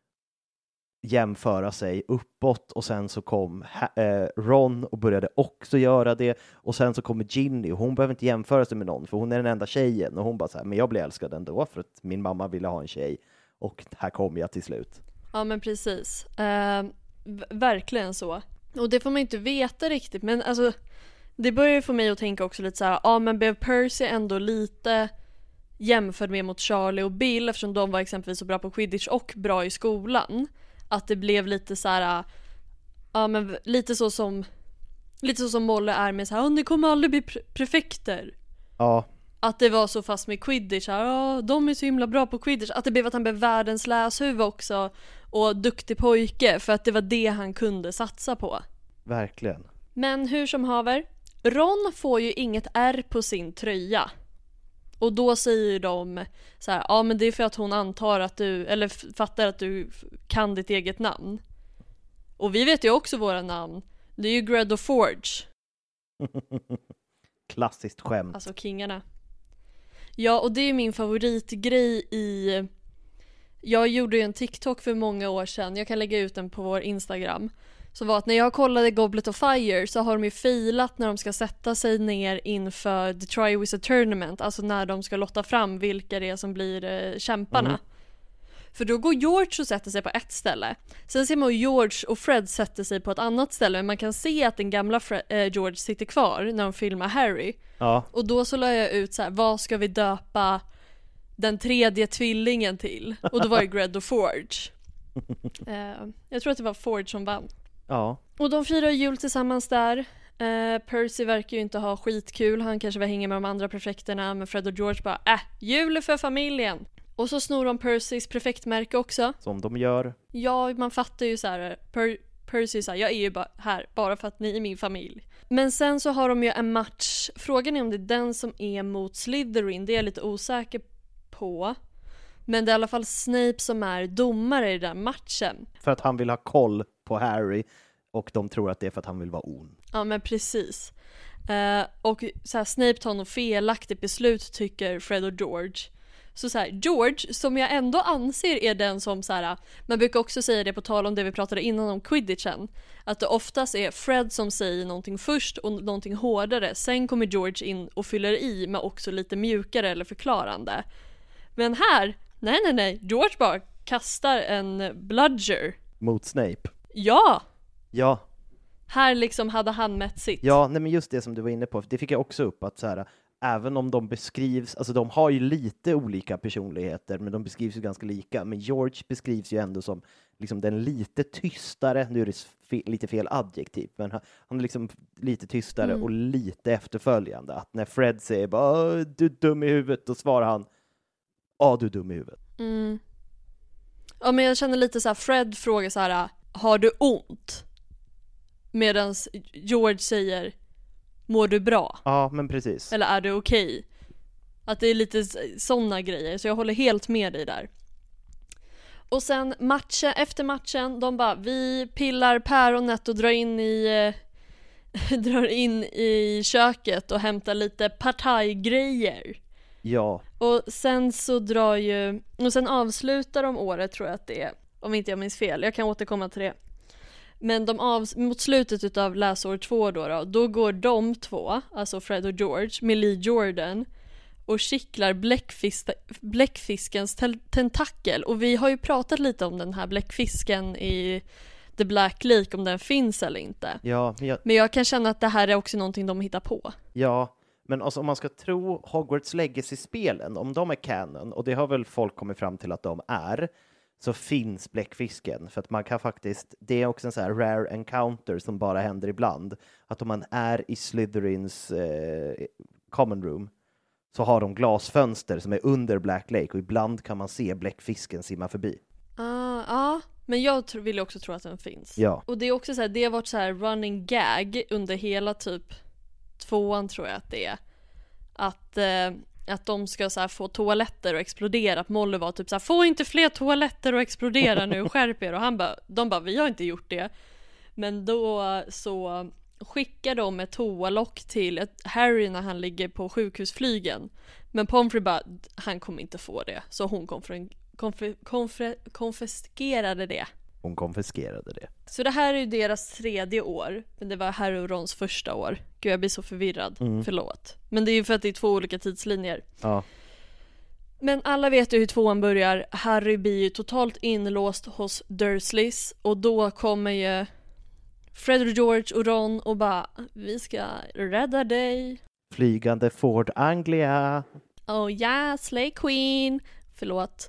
jämföra sig uppåt och sen så kom Ron och började också göra det, och sen så kommer Ginny och hon behöver inte jämföra sig med någon för hon är den enda tjejen och hon bara så här, men jag blir älskad ändå för att min mamma ville ha en tjej och här kom jag till slut. Ja men precis, verkligen så, och det får man inte veta riktigt, men alltså det börjar ju få mig att tänka också lite så här, ja men blev Percy ändå lite jämförd med mot Charlie och Bill eftersom de var exempelvis så bra på Quidditch och bra i skolan. Att det blev lite så här, ja men lite så som Molle är med så här, ni kommer aldrig bli prefekter. Ja. Att det var så fast med Quidditch här, ja de är så himla bra på Quidditch. Att det blev att han blev världens läshuvud också och duktig pojke för att det var det han kunde satsa på. Verkligen. Men hur som haver, Ron får ju inget R på sin tröja. Och då säger de så här, ja men det är för att hon antar att du, eller fattar att du kan ditt eget namn. Och vi vet ju också våra namn. Det är ju Gred och Forge. Klassiskt skämt. Alltså kingarna. Ja, och det är min favoritgrej i... Jag gjorde ju en TikTok för många år sedan. Jag kan lägga ut den på vår Instagram. Så var att när jag kollade Goblet of Fire så har de ju filat när de ska sätta sig ner inför The Triwizard Tournament. Alltså när de ska lotta fram vilka det är som blir kämparna. Mm. För då går George och sätter sig på ett ställe. Sen ser man att George och Fred sätter sig på ett annat ställe. Men man kan se att den gamla George sitter kvar när de filmar Harry. Ja. Och då så la jag ut så här, vad ska vi döpa den tredje tvillingen till? Och då var det Gred och Forge. Jag tror att det var Forge som vann. Ja. Och de firar jul tillsammans där. Percy verkar ju inte ha skitkul. Han kanske var hänga med de andra prefekterna. Men Fred och George bara, jul är för familjen. Och så snor de Percys prefektmärke också. Som de gör. Ja, man fattar ju så här. Percy så här, jag är ju bara här bara för att ni är min familj. Men sen så har de ju en match. Frågan är om det är den som är mot Slytherin. Det är jag lite osäker på. Men det är i alla fall Snape som är domare i den matchen. För att han vill ha koll på Harry. Och de tror att det är för att han vill vara ond. Ja, men precis. Och så här, Snape tar något felaktigt beslut, tycker Fred och George. Så här, George, som jag ändå anser är den som så här, man brukar också säga det på tal om det vi pratade innan om Quidditchen, att det oftast är Fred som säger någonting först och någonting hårdare. Sen kommer George in och fyller i med också lite mjukare eller förklarande. Men här, nej. George bara kastar en bludger. Mot Snape? Ja! Ja. Här liksom hade han mätt sitt. Ja, nej, men just det som du var inne på. Det fick jag också upp att så här, även om de beskrivs, alltså de har ju lite olika personligheter, men de beskrivs ju ganska lika. Men George beskrivs ju ändå som liksom den lite tystare, nu är det lite fel adjektiv, men han är liksom lite tystare och lite efterföljande. Att när Fred säger bara, du är dum i huvudet, då svarar han, du är dum i huvudet. Mm. Ja, men jag känner lite så här, Fred frågar så här, har du ont? Medan George säger, mår du bra? Ja, men precis. Eller är du okej? Att det är lite sådana grejer. Så jag håller helt med dig där. Och sen efter matchen, de bara, vi pillar päronet och drar in i köket och hämtar lite partajgrejer. Ja. Och sen så sen avslutar de året, tror jag att det är, om inte jag minns fel. Jag kan återkomma till det. Men mot slutet av läsår 2 då går de två, alltså Fred och George, med Lee Jordan och kittlar bläckfiskens tentakel. Och vi har ju pratat lite om den här bläckfisken i The Black Lake, om den finns eller inte. Ja, men jag kan känna att det här är också någonting de hittar på. Ja, men alltså, om man ska tro Hogwarts Legacy-spelen, om de är canon, och det har väl folk kommit fram till att de är, så finns bläckfisken. För att man kan faktiskt, det är också en så här rare encounter som bara händer ibland. Att om man är i Slytherins common room så har de glasfönster som är under Black Lake och ibland kan man se bläckfisken simma förbi. Ja, men jag vill också tro att den finns. Ja. Och det är också så här, det har varit så här running gag under hela typ 2:an tror jag att det är. Att de ska så här få toaletter att explodera. Att Molly var typ så här, få inte fler toaletter att explodera nu, skärp er. Och de bara, vi har inte gjort det. Men då så skickar de ett toalock till Harry när han ligger på sjukhusflygen. Men Pomfrey bara, han kommer inte få det. Så hon konfiskerade det. Hon konfiskerade det. Så det här är ju deras 3:e år. Men det var Harry och Rons första år. Gud, jag blir så förvirrad. Förlåt. Men det är ju för att det är 2 olika tidslinjer. Ja. Men alla vet ju hur 2:an börjar. Harry blir ju totalt inlåst hos Dursleys. Och då kommer ju Fred och George och Ron och bara, vi ska rädda dig. Flygande Ford Anglia. Oh yeah, Slay Queen. Förlåt.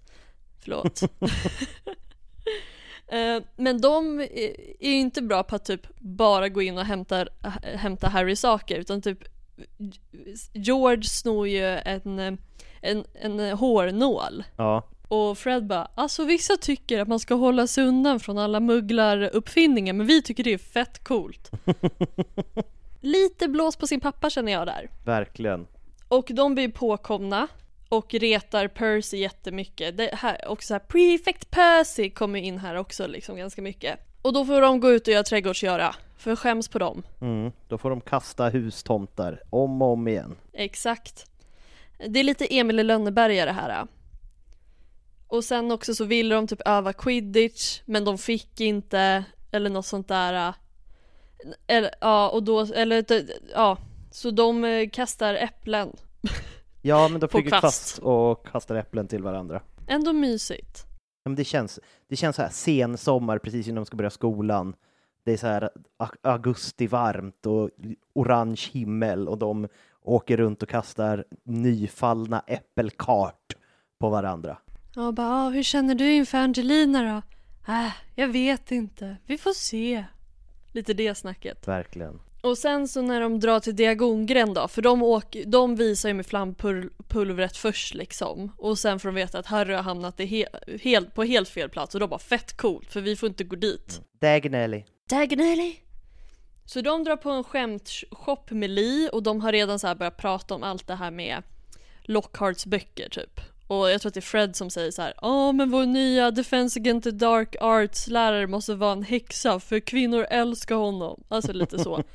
Men de är ju inte bra på att typ bara gå in och hämta Harry saker, utan typ George snor ju en hårnål. Ja. Och Fred bara, alltså vissa tycker att man ska hålla sig undan från alla mugglaruppfinningar, men vi tycker det är fett coolt. Lite blås på sin pappa känner jag där. Verkligen. Och de blir påkomna och retar Percy jättemycket. Det här också så här, Prefect Percy kommer in här också liksom ganska mycket. Och då får de gå ut och göra trädgårdsgöra, för skäms på dem. Då får de kasta hustomtar om och om igen. Exakt. Det är lite Emil i Lönneberga det här. Och sen också så ville de typ öva Quidditch, men de fick inte, eller något sånt där. Så de kastar äpplen. Ja, men de flyger fast och kastar äpplen till varandra. Ändå mysigt. Men det känns så här sensommar precis innan de ska börja skolan. Det är så här augusti varmt och orange himmel och de åker runt och kastar nyfallna äppelkart på varandra. Ja, bara, hur känner du inför Angelina då? Jag vet inte. Vi får se. Lite det snacket. Verkligen. Och sen så när de drar till Diagongränd då, för de visar ju med flampulvret först liksom. Och sen får de veta att Harry har hamnat på helt fel plats och då bara fett coolt, för vi får inte gå dit. Diagon Alley. Så de drar på en skämtshop med Lee och de har redan så här börjat prata om allt det här med Lockharts böcker typ. Och jag tror att det är Fred som säger så här: men vår nya Defense Against the Dark Arts lärare måste vara en häxa, för kvinnor älskar honom. Alltså lite så.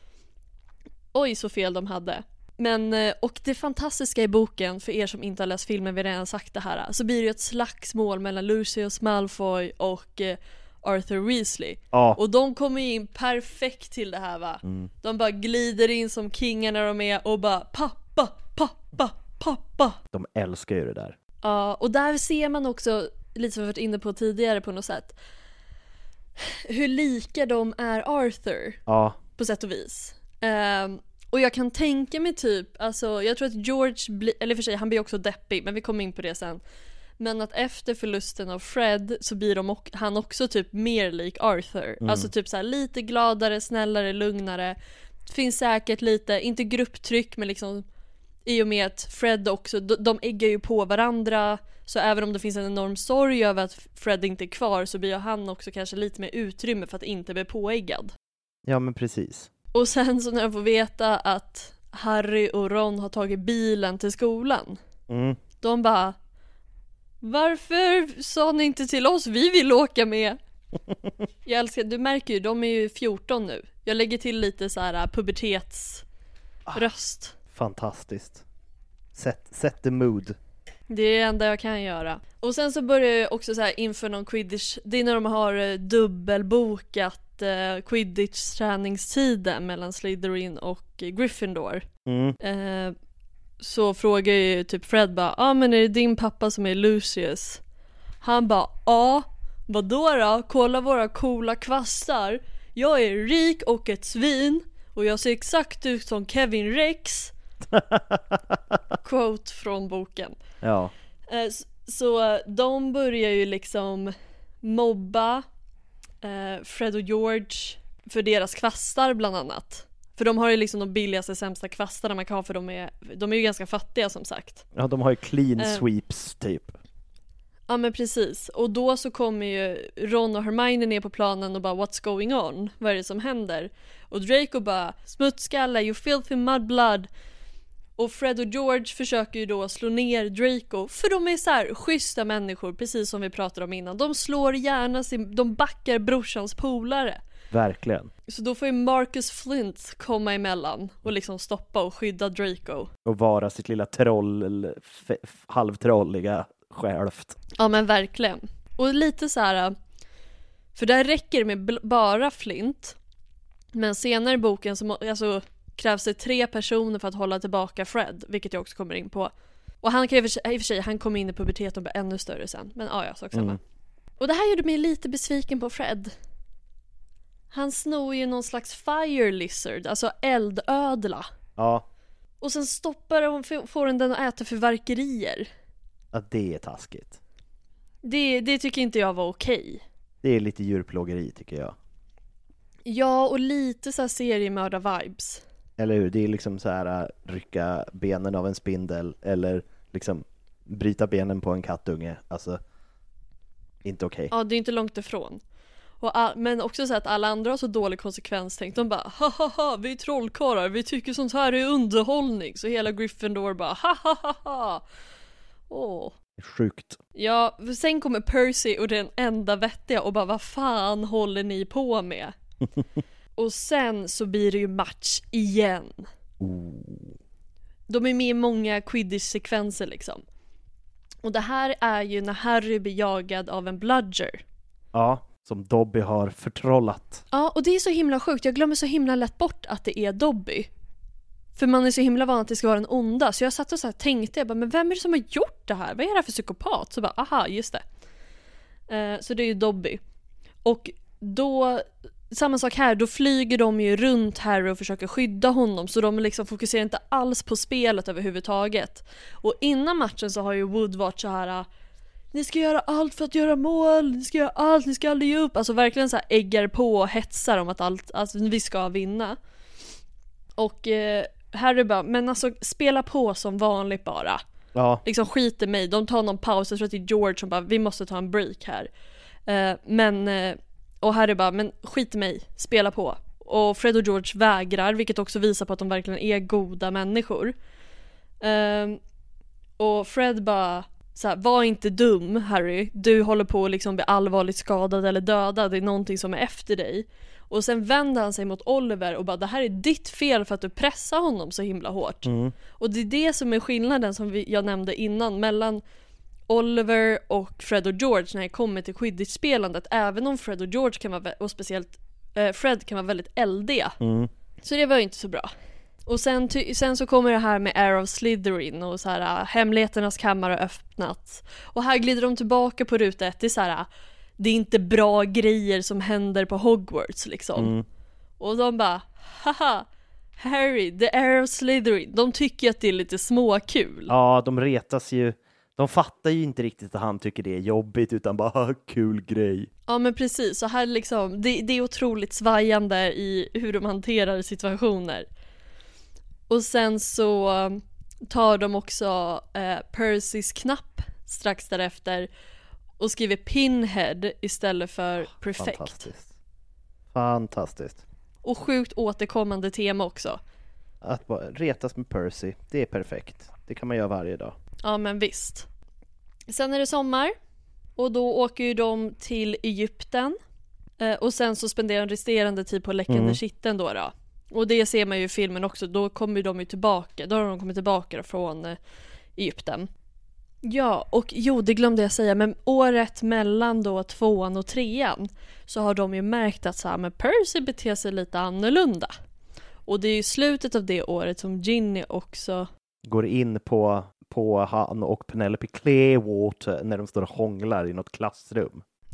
Oj, så fel de hade. Men, och det fantastiska i boken, för er som inte har läst filmen, vi har redan sagt det här, så blir det ju ett slagsmål mellan Lucius Malfoy och Arthur Weasley. Och de kommer in perfekt till det här va. De bara glider in som kingarna de är och bara pappa. De älskar ju det där. Ja, och där ser man också, lite som vi varit inne på tidigare på något sätt, hur lika de är Arthur. Ja. På sätt och vis. Och jag kan tänka mig typ, alltså jag tror att George eller för sig, han blir också deppig, men vi kommer in på det sen. Men att efter förlusten av Fred så blir han också typ mer lik Arthur. Alltså typ så här lite gladare, snällare, lugnare. Det finns säkert lite, inte grupptryck, men liksom i och med att Fred också, de äggar ju på varandra. Så även om det finns en enorm sorg över att Fred inte är kvar, så blir han också kanske lite mer utrymme för att inte bli påäggad. Ja, men precis. Och sen så när jag får veta att Harry och Ron har tagit bilen till skolan, de bara, varför sa ni inte till oss? Vi vill åka med. Jag älskar, du märker ju, de är ju 14 nu. Jag lägger till lite så här pubertetsröst. Fantastiskt. Set the mood. Det är det enda jag kan göra. Och sen så börjar jag också så här inför någon Quidditch. Det är när de har dubbelbokat Quidditch träningstiden mellan Slytherin och Gryffindor. Så frågar ju typ Fred bara, men är det din pappa som är Lucius? Han bara, Vadå då? Kolla våra coola kvastar. Jag är rik och ett svin. Och jag ser exakt ut som Kevin Rex. Quote från boken. Ja. Så de börjar ju liksom mobba Fred och George för deras kvastar bland annat. För de har ju liksom de billigaste, sämsta kvastarna man kan ha, för de är ju ganska fattiga som sagt. Ja, de har ju clean sweeps typ. Ja men precis. Och då så kommer ju Ron och Hermione ner på planen och bara what's going on? Vad är det som händer? Och Draco bara smutskalle, you filthy mudblood. Och Fred och George försöker ju då slå ner Draco, för de är så här schyssta människor, precis som vi pratade om innan. De slår gärna de backar brorsans polare. Verkligen. Så då får ju Marcus Flint komma emellan och liksom stoppa och skydda Draco. Och vara sitt lilla halvtrolliga självt. Ja men verkligen. Och lite så här, för där räcker det med bara Flint. Men senare i boken så krävs det 3 personer för att hålla tillbaka Fred, vilket jag också kommer in på. Och han kan i och för sig han kommer in i puberteten och blir ännu större sen. Men ja, sak samma. Och det här gjorde mig lite besviken på Fred. Han snor ju någon slags fire lizard, alltså eldödla. Ja. Och sen får den att äta fyrverkerier. Att det är taskigt. Det tycker inte jag var okej. Det är lite djurplågeri tycker jag. Ja, och lite så här seriemörda-vibes. Eller hur? Det är liksom så här rycka benen av en spindel eller liksom bryta benen på en kattunge. Alltså, inte okej. Ja, det är inte långt ifrån. Men också så att alla andra har så dålig konsekvenstänk. De bara, hahaha, vi är trollkarlar, vi tycker sånt här är underhållning. Så hela Gryffindor bara, hahaha. Åh. Sjukt. Ja, sen kommer Percy och den enda vettiga och bara, vad fan håller ni på med? Och sen så blir det ju match igen. De är med i många Quidditch-sekvenser liksom. Och det här är ju när Harry blir jagad av en bludger. Ja, som Dobby har förtrollat. Ja, och det är så himla sjukt. Jag glömmer så himla lätt bort att det är Dobby. För man är så himla van att det ska vara en onda. Så jag satt och så här tänkte, jag bara, men vem är det som har gjort det här? Vad är det här för psykopat? Så bara, aha, just det. Så det är ju Dobby. Och då, samma sak här, då flyger de ju runt Harry och försöker skydda honom. Så de liksom fokuserar inte alls på spelet överhuvudtaget. Och innan matchen så har ju Wood varit så här, ni ska göra allt för att göra mål, ni ska göra allt, ni ska aldrig ge upp. Alltså verkligen så här äggar på och hetsar om att vi ska vinna. Och Harry bara, men alltså spela på som vanligt bara. Ja. Liksom skit i mig. De tar någon paus, jag tror att det är George som bara, vi måste ta en break här. Och Harry bara, men skit i mig, spela på. Och Fred och George vägrar, vilket också visar på att de verkligen är goda människor. Och Fred bara, så här, var inte dum Harry, du håller på att liksom bli allvarligt skadad eller dödad, det är någonting som är efter dig. Och sen vänder han sig mot Oliver och bara, det här är ditt fel för att du pressar honom så himla hårt. Och det är det som är skillnaden som jag nämnde innan mellan Oliver och Fred och George när det kommer till Quidditch-spelandet. Även om Fred och George kan vara, och speciellt Fred kan vara väldigt eldiga. Så det var ju inte så bra. Och sen så kommer det här med Heir of Slytherin och så här, hemligheternas kammare har öppnats. Och här glider de tillbaka på ruta 1 till så här, det är inte bra grejer som händer på Hogwarts liksom. Och de bara, haha, Harry, the Heir of Slytherin. De tycker att det är lite småkul. Ja, de retas ju. De fattar ju inte riktigt att han tycker det är jobbigt, utan bara, kul grej. Ja men precis, så här liksom, det är otroligt svajande i hur de hanterar situationer. Och sen så tar de också Percys knapp strax därefter och skriver Pinhead istället för Prefect. Fantastiskt. Och sjukt återkommande tema också. Att bara retas med Percy, det är perfekt. Det kan man göra varje dag. Ja men visst. Sen är det sommar och då åker ju de till Egypten. Och sen så spenderar de resterande tid på läckande kitten då. Och det ser man ju i filmen också. Då kommer de ju tillbaka. Då har de kommit tillbaka från Egypten. Ja, och det glömde jag säga. Men året mellan då 2:an och 3:an så har de ju märkt att så här, men Percy beter sig lite annorlunda. Och det är ju slutet av det året som Ginny också går in på han och Penelope Clearwater när de står och hånglar i något klassrum.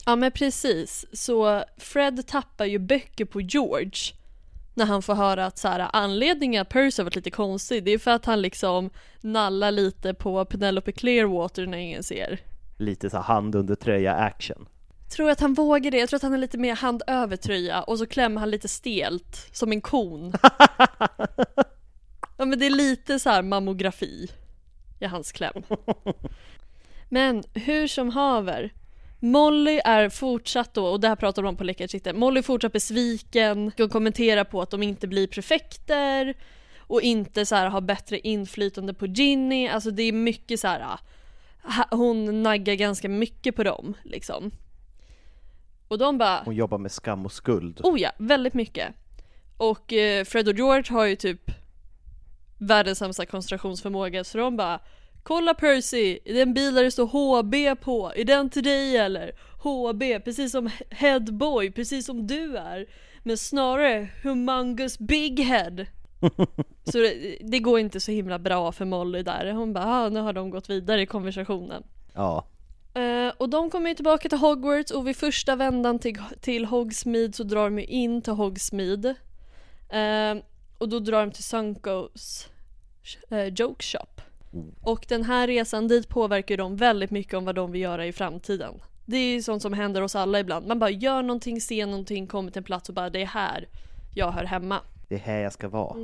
Ja men precis, så Fred tappar ju böcker på George när han får höra att så här, anledningen att Percy har varit lite konstig, det är för att han liksom nallar lite på Penelope Clearwater när ingen ser. Lite så här hand under tröja action. Tror att han vågar det, jag tror att han är lite mer hand över tröja och så klämmer han lite stelt som en kon. Ja men det är lite så här mammografi i hans kläm. Men hur som haver, Molly är fortsatt då, och det här pratar de om på läkarsitter, Molly är fortsatt besviken och kommenterar på att de inte blir prefekter och inte så här har bättre inflytande på Ginny. Alltså det är mycket så här, hon naggar ganska mycket på dem liksom. Och de bara... Hon jobbar med skam och skuld. Oh ja, väldigt mycket. Och Fred och George har ju typ världens sämsta koncentrationsförmåga, så de bara: kolla Percy, i den bil där det står HB på, är den till dig eller? HB, precis som headboy, precis som du är, men snarare humongous big head. Så det går inte så himla bra för Molly där. Hon bara, nu har de gått vidare i konversationen. Ja. Och de kommer ju tillbaka till Hogwarts, och vid första vändan till Hogsmeade så drar de ju in till Hogsmeade. Och då drar de till Sunkos joke shop. Och den här resan dit påverkar dem väldigt mycket om vad de vill göra i framtiden. Det är ju sånt som händer oss alla ibland. Man bara gör någonting, ser någonting, kommer till en plats och bara, det är här jag hör hemma. Det är här jag ska vara.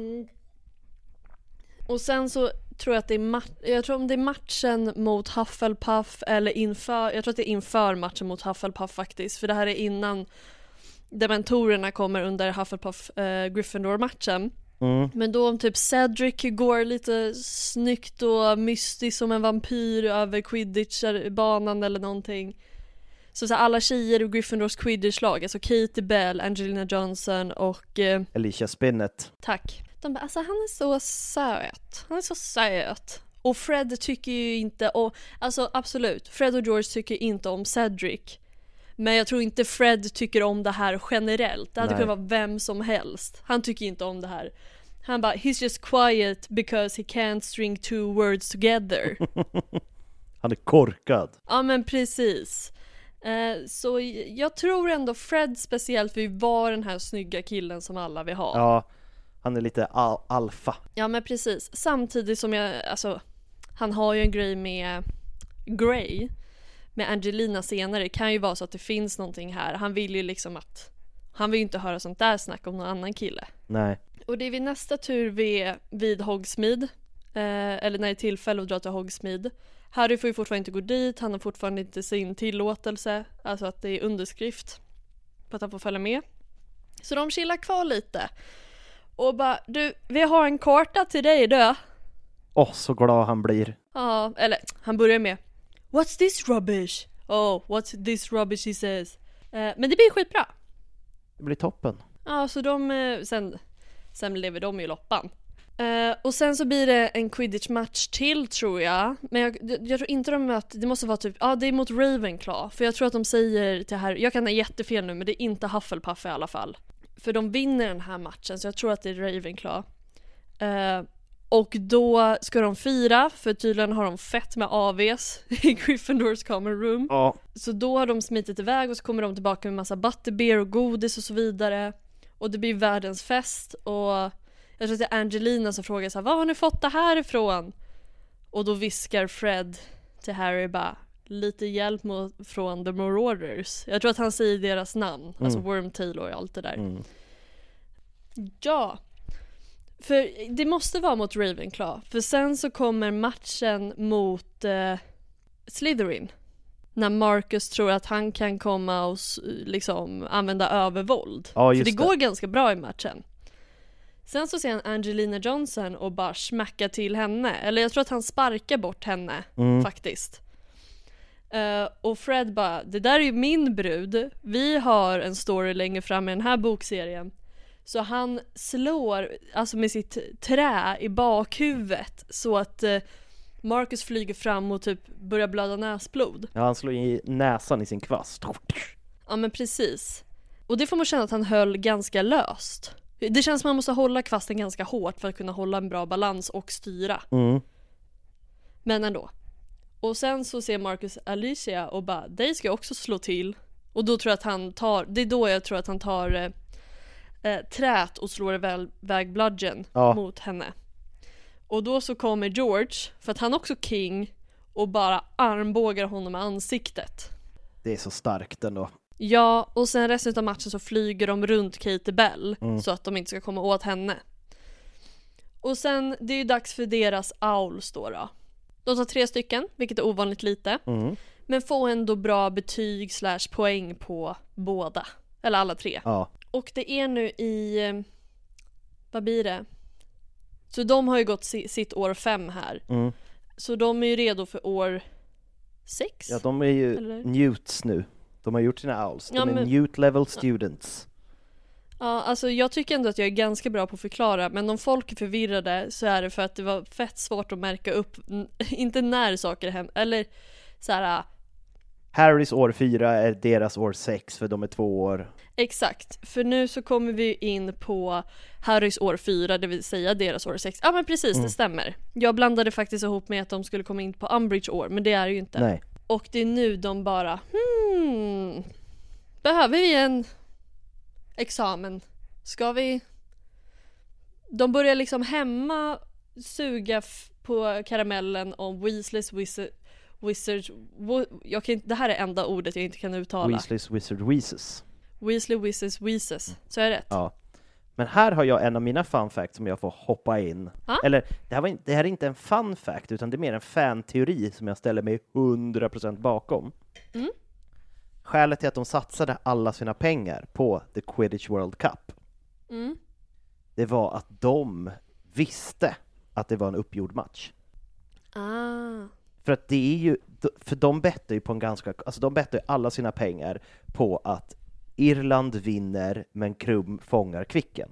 Och sen så tror jag att det är jag tror om det är matchen mot Hufflepuff eller inför, jag tror att det är inför matchen mot Hufflepuff faktiskt, för det här är innan dementorerna kommer under Hufflepuff Gryffindor-matchen. Men då om typ Cedric går lite snyggt och mystiskt som en vampyr över Quidditch-banan eller någonting. Så alla tjejer ur Gryffindors Quidditch-lag, alltså Katie Bell, Angelina Johnson och Alicia Spinnet. Tack. De bara, alltså han är så söt. Han är så söt. Och Fred tycker ju inte om, alltså absolut, Fred och George tycker inte om Cedric. Men jag tror inte Fred tycker om det här generellt. Det hade kunnat vara vem som helst. Han tycker inte om det här. Han bara, he's just quiet because he can't string two words together. Han är korkad. Ja men precis. Så jag tror ändå Fred speciellt, för vi var den här snygga killen som alla vill ha. Ja, han är lite alfa. Ja men precis. Samtidigt som han har ju en grej med Grey, med Angelina senare. Det kan ju vara så att det finns någonting här. Han vill ju liksom han vill ju inte höra sånt där snack om någon annan kille. Nej. Och det är vid nästa tur vid Hogsmeade, eller när det är tillfälle att dra till Hogsmeade. Harry får ju fortfarande inte gå dit. Han har fortfarande inte sin tillåtelse, alltså att det är underskrift på att han får följa med. Så de chillar kvar lite och bara, du, vi har en karta till dig då. Så glad han blir. Ja, eller han börjar med, what's this rubbish? Oh, what's this rubbish he says. Men det blir skitbra. Det blir toppen. Ja, så sen lever de i loppan. Och sen så blir det en Quidditch-match till, tror jag. Men jag tror inte de möter, det måste vara typ, det är mot Ravenclaw. För jag tror att de säger till här, jag kan ha jättefel nu, men det är inte Hufflepuff i alla fall. För de vinner den här matchen, så jag tror att det är Ravenclaw. Och då ska de fira, för tydligen har de fett med AVs i Gryffindors common room. Ja. Så då har de smitit iväg och så kommer de tillbaka med massa butterbeer och godis och så vidare. Och det blir världens fest. Och jag tror att det är Angelina som frågar så här, var har ni fått det här ifrån? Och då viskar Fred till Harry bara, lite hjälp från The Marauders. Jag tror att han säger deras namn, alltså Wormtail och allt det där. Ja. För det måste vara mot Ravenclaw. För sen så kommer matchen mot Slytherin. När Marcus tror att han kan komma och liksom använda övervåld. Ja, för det går ganska bra i matchen. Sen så ser han Angelina Johnson och bara smackar till henne. Eller jag tror att han sparkar bort henne faktiskt. Och Fred bara, det där är ju min brud. Vi har en story längre fram i den här bokserien. Så han slår alltså med sitt trä i bakhuvudet så att Marcus flyger fram och typ börjar blöda näsblod. Ja, han slår i näsan i sin kvast. Ja, men precis. Och det får man känna att han höll ganska löst. Det känns som att man måste hålla kvasten ganska hårt för att kunna hålla en bra balans och styra. Men ändå. Och sen så ser Marcus Alicia och bara, dig ska jag också slå till. Och då tror jag att han tar, det är då jag tror att han tar trät och slår iväg bludgeon mot henne. Och då så kommer George, för att han är också king, och bara armbågar honom i ansiktet. Det är så starkt ändå. Ja, och sen resten av matchen så flyger de runt Katie Bell så att de inte ska komma åt henne. Och sen, det är ju dags för deras owls då. De tar 3 stycken, vilket är ovanligt lite. Men får ändå bra betyg / poäng på båda. Eller alla 3. Ja. Och det är nu i... vad blir det? Så de har ju gått sitt år 5 här. Så de är ju redo för år 6. Ja, de är ju Newts nu. De har gjort sina owls. De är Newt level students. Ja, alltså jag tycker ändå att jag är ganska bra på att förklara. Men om folk är förvirrade så är det för att det var fett svårt att märka upp. Inte när saker händer. Eller så här... Harrys år 4 är deras år 6, för de är 2 år. Exakt, för nu så kommer vi in på Harrys år 4, det vill säga deras år 6. Ja men precis, det stämmer. Jag blandade faktiskt ihop med att de skulle komma in på Umbridge år, men det är ju inte. Nej. Och det är nu de bara, behöver vi en examen? Ska vi... De börjar liksom hemma suga på karamellen om Weasleys Wizards... det här är enda ordet jag inte kan uttala. Weasleys Wizard Weezes. Weasley Wizards Weezes. Så är det rätt? Ja. Men här har jag en av mina fun facts som jag får hoppa in. Eller, det här är inte en fun fact, utan det är mer en fan-teori som jag ställer mig 100% bakom. Skälet till att de satsade alla sina pengar på The Quidditch World Cup, det var att de visste att det var en uppgjord match. För att det är ju, för de bettar ju på en ganska, alltså de bettar ju alla sina pengar på att Irland vinner men Krum fångar Kvicken.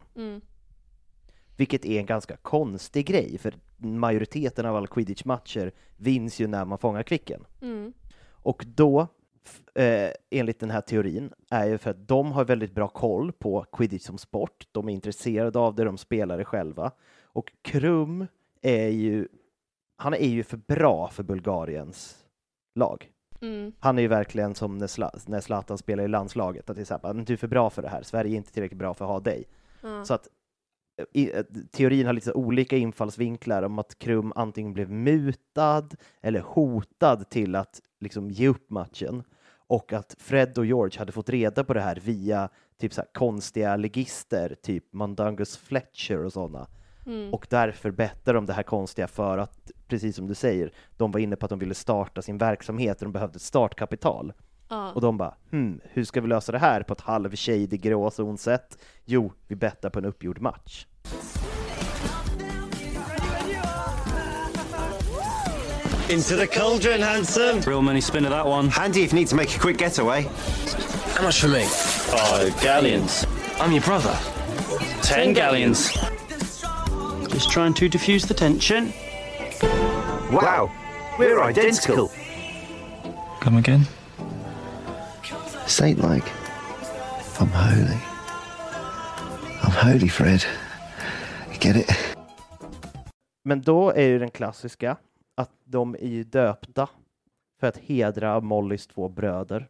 Vilket är en ganska konstig grej, för majoriteten av alla Quidditch-matcher vinns ju när man fångar Kvicken. Och då, enligt den här teorin, är ju för att de har väldigt bra koll på Quidditch som sport. De är intresserade av det, de spelar det själva. Och Krum är ju för bra för Bulgariens lag. Han är ju verkligen som när Zlatan spelar i landslaget, att det är så här, men du är för bra för det här, Sverige är inte tillräckligt bra för att ha dig. Så att teorin har lite olika infallsvinklar om att Krum antingen blev mutad eller hotad till att liksom ge upp matchen, och att Fred och George hade fått reda på det här via typ så här konstiga legister, typ Mundungus Fletcher och sådana. Och därför bettar de det här konstiga för att, precis som du säger, de var inne på att de ville starta sin verksamhet och de behövde ett startkapital. Och de bara, hur ska vi lösa det här på ett halv-shady gråzonsätt? Jo, vi bettar på en uppgjord match. Into the cauldron, handsome. Real money spin of that one. Handy if you need to make a quick getaway. How much for me? 5 galleons. I'm your brother. 10 galleons. Just trying to diffuse the tension. Wow, we're identical. Come again? Saint like. I'm holy. I'm holy, Fred. You get it? Men då är ju den klassiska att de är ju döpta för att hedra Mollys 2 bröder.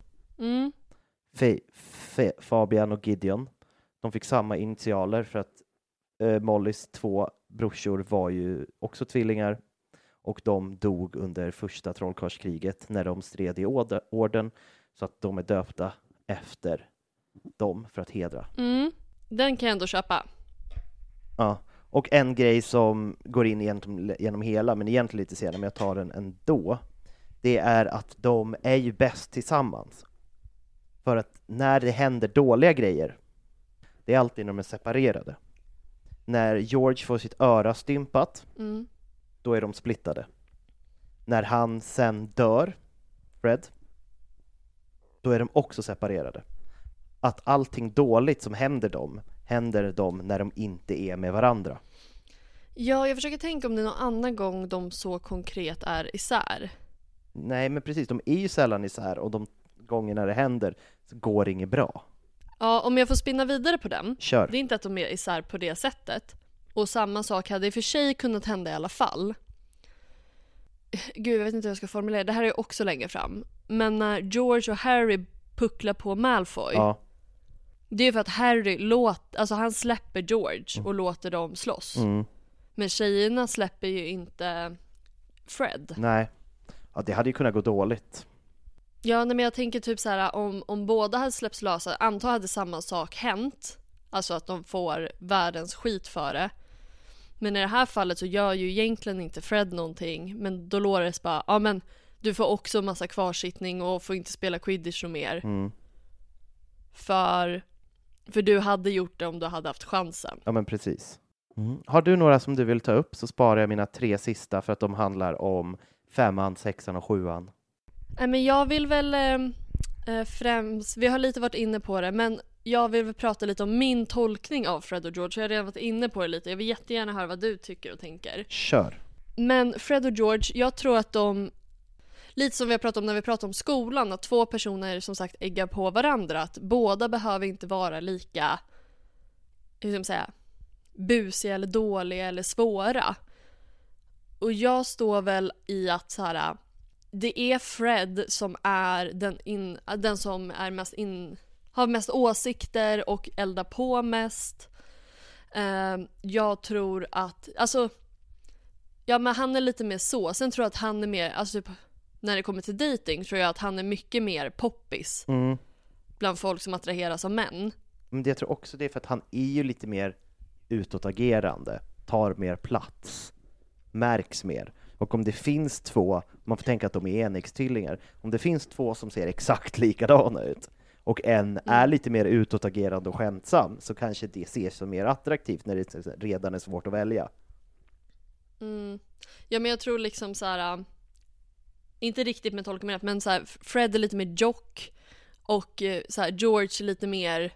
Fabian och Gideon. De fick samma initialer för att Mollys 2 brorsor var ju också tvillingar, och de dog under första trollkarlskriget när de stred i orden, så att de är döpta efter dem för att hedra. Den kan jag ändå köpa. Ja, och en grej som går in genom hela, men egentligen lite senare, men jag tar den ändå, det är att de är ju bäst tillsammans. För att när det händer dåliga grejer, det är alltid när de är separerade. När George får sitt öra stympat, då är de splittade. När han sen dör, Fred, då är de också separerade. Att allting dåligt som händer dem när de inte är med varandra. Ja, jag försöker tänka om det är någon annan gång de så konkret är isär. Nej, men precis, de är ju sällan isär, och de gångerna det händer så går det inget bra. Ja, om jag får spinna vidare på den. Kör. Det är inte att de är isär på det sättet. Och samma sak hade i och för sig kunnat hända i alla fall. Gud, jag vet inte hur jag ska formulera. Det här är också längre fram. Men när George och Harry puckla på Malfoy. Ja. Det är ju för att Harry han släpper George och låter dem slåss. Men tjejerna släpper ju inte Fred. Nej. Ja, det hade ju kunnat gå dåligt. Ja, men jag tänker typ så här, om båda hade släppts lösa, antar hade samma sak hänt. Alltså att de får världens skit för det. Men i det här fallet så gör ju egentligen inte Fred någonting. Men Dolores bara, ja men du får också massa kvarsittning och får inte spela Quidditch och mer. För du hade gjort det om du hade haft chansen. Ja men precis. Har du några som du vill ta upp så sparar jag mina 3 sista för att de handlar om 5:an, 6:an och 7:an. Nej men jag vill väl främst, vi har lite varit inne på det, men jag vill väl prata lite om min tolkning av Fred och George. Jag har redan varit inne på det lite. Jag vill jättegärna höra vad du tycker och tänker. Kör. Men Fred och George, jag tror att de, lite som vi har pratat om när vi pratar om skolan, att 2 personer som sagt äggar på varandra, att båda behöver inte vara lika, hur ska man säga, busiga eller dåliga eller svåra. Och jag står väl i att så här, det är Fred som är den som är har mest åsikter och eldar på mest. Jag tror att, alltså, ja men han är lite mer så. Sen tror jag att han är mer, alltså typ, när det kommer till dating tror jag att han är mycket mer poppis bland folk som attraheras av män. Men jag tror också det är för att han är ju lite mer utåtagerande, tar mer plats, märks mer. Och om det finns 2, man får tänka att de är enäggstvillingar, om det finns 2 som ser exakt likadana ut och en är lite mer utåtagerande och skämtsam, så kanske det ses som mer attraktivt när det redan är svårt att välja. Ja men jag tror liksom så här, inte riktigt med tolka med, men så här, Fred är lite mer jock och så här, George är lite mer,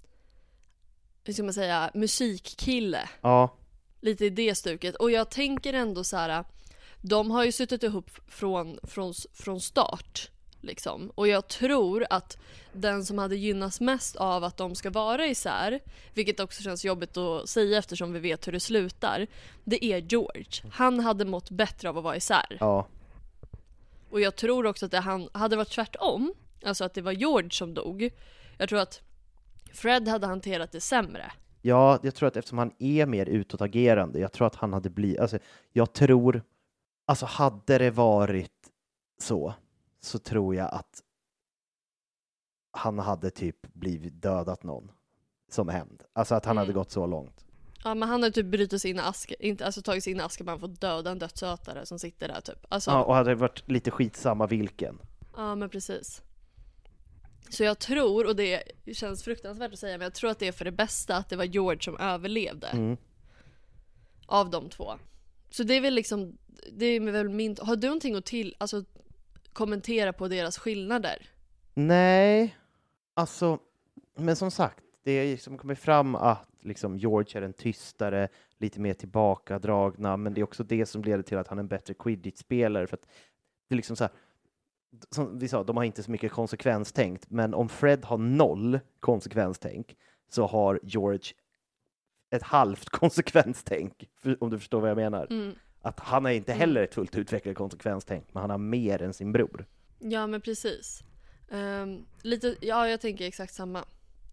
hur ska man säga, musikkille. Ja. Lite i det stuket. Och jag tänker ändå så här, de har ju suttit ihop från start liksom. Och jag tror att den som hade gynnats mest av att de ska vara isär, vilket också känns jobbigt att säga eftersom vi vet hur det slutar, det är George. Han hade mått bättre av att vara isär. Ja. Och jag tror också att han hade varit tvärtom, alltså att det var George som dog. Jag tror att Fred hade hanterat det sämre. Ja, jag tror att eftersom han är mer utåtagerande, jag tror att han hade blivit, alltså jag tror, alltså hade det varit så tror jag att han hade typ blivit dödat någon som hämnd. Alltså att han hade gått så långt. Ja, men han hade typ brutit sig in i alltså tagit sig in i Azkaban för att döda en dödsötare som sitter där typ. Alltså, ja, och hade varit lite skitsamma vilken. Ja, men precis. Så jag tror, och det känns fruktansvärt att säga, men jag tror att det är för det bästa att det var George som överlevde av de 2. Så det är väl liksom, det är väl min, har du någonting att alltså kommentera på deras skillnader? Nej, alltså, men som sagt, det är liksom kommit fram att liksom George är en tystare, lite mer tillbakadragna, men det är också det som leder till att han är en bättre Quidditch-spelare, för att det är liksom så här, som vi sa, de har inte så mycket konsekvenstänkt, men om Fred har 0 konsekvenstänk så har George ett halvt konsekvenstänk, om du förstår vad jag menar. Att han är inte heller ett fullt utvecklat konsekvenstänk, men han har mer än sin bror. Ja, men precis. Lite, ja, jag tänker exakt samma.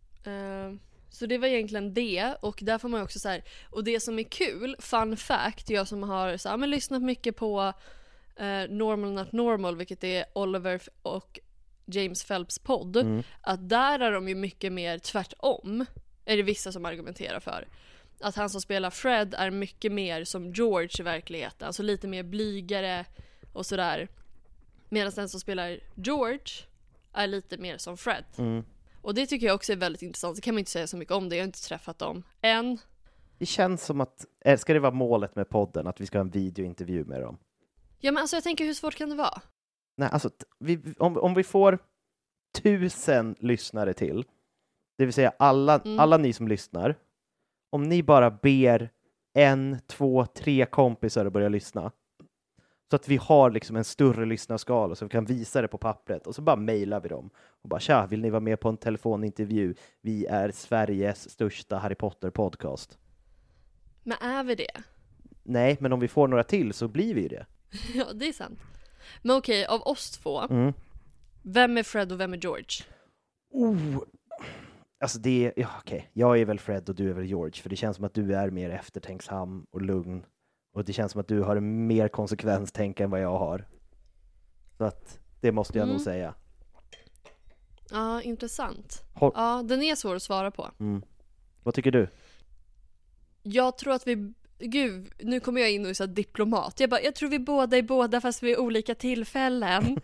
Så det var egentligen det, och där får man också så här, och det som är kul, fun fact, jag som har så här, men lyssnat mycket på Normal Not Normal, vilket är Oliver och James Phelps podd, att där är de ju mycket mer tvärtom, är det vissa som argumenterar för. Att han som spelar Fred är mycket mer som George i verkligheten, alltså lite mer blygare och sådär. Medan den som spelar George är lite mer som Fred. Och det tycker jag också är väldigt intressant. Det kan man inte säga så mycket om det, jag har inte träffat dem än. Det känns som att, ska det vara målet med podden, att vi ska ha en videointervju med dem? Ja, men alltså jag tänker, hur svårt kan det vara? Nej, alltså om vi får 1000 lyssnare till, det vill säga alla ni som lyssnar, om ni bara ber 1, 2, 3 kompisar att börja lyssna, så att vi har liksom en större lyssnarskala så vi kan visa det på pappret, och så bara mejlar vi dem och bara, tja, vill ni vara med på en telefonintervju? Vi är Sveriges största Harry Potter podcast. Men är vi det? Nej, men om vi får några till så blir vi ju det. Ja, det är sant. Men okej, av oss 2, vem är Fred och vem är George? Alltså okej. Jag är väl Fred och du är väl George, för det känns som att du är mer eftertänksam och lugn. Och det känns som att du har mer konsekvenstänk än vad jag har. Så att det måste jag nog säga. Ja, intressant. Ja, den är svår att svara på. Vad tycker du? Jag tror att Gud, nu kommer jag in och är så här diplomat. Jag tror vi båda är båda fast vid olika tillfällen.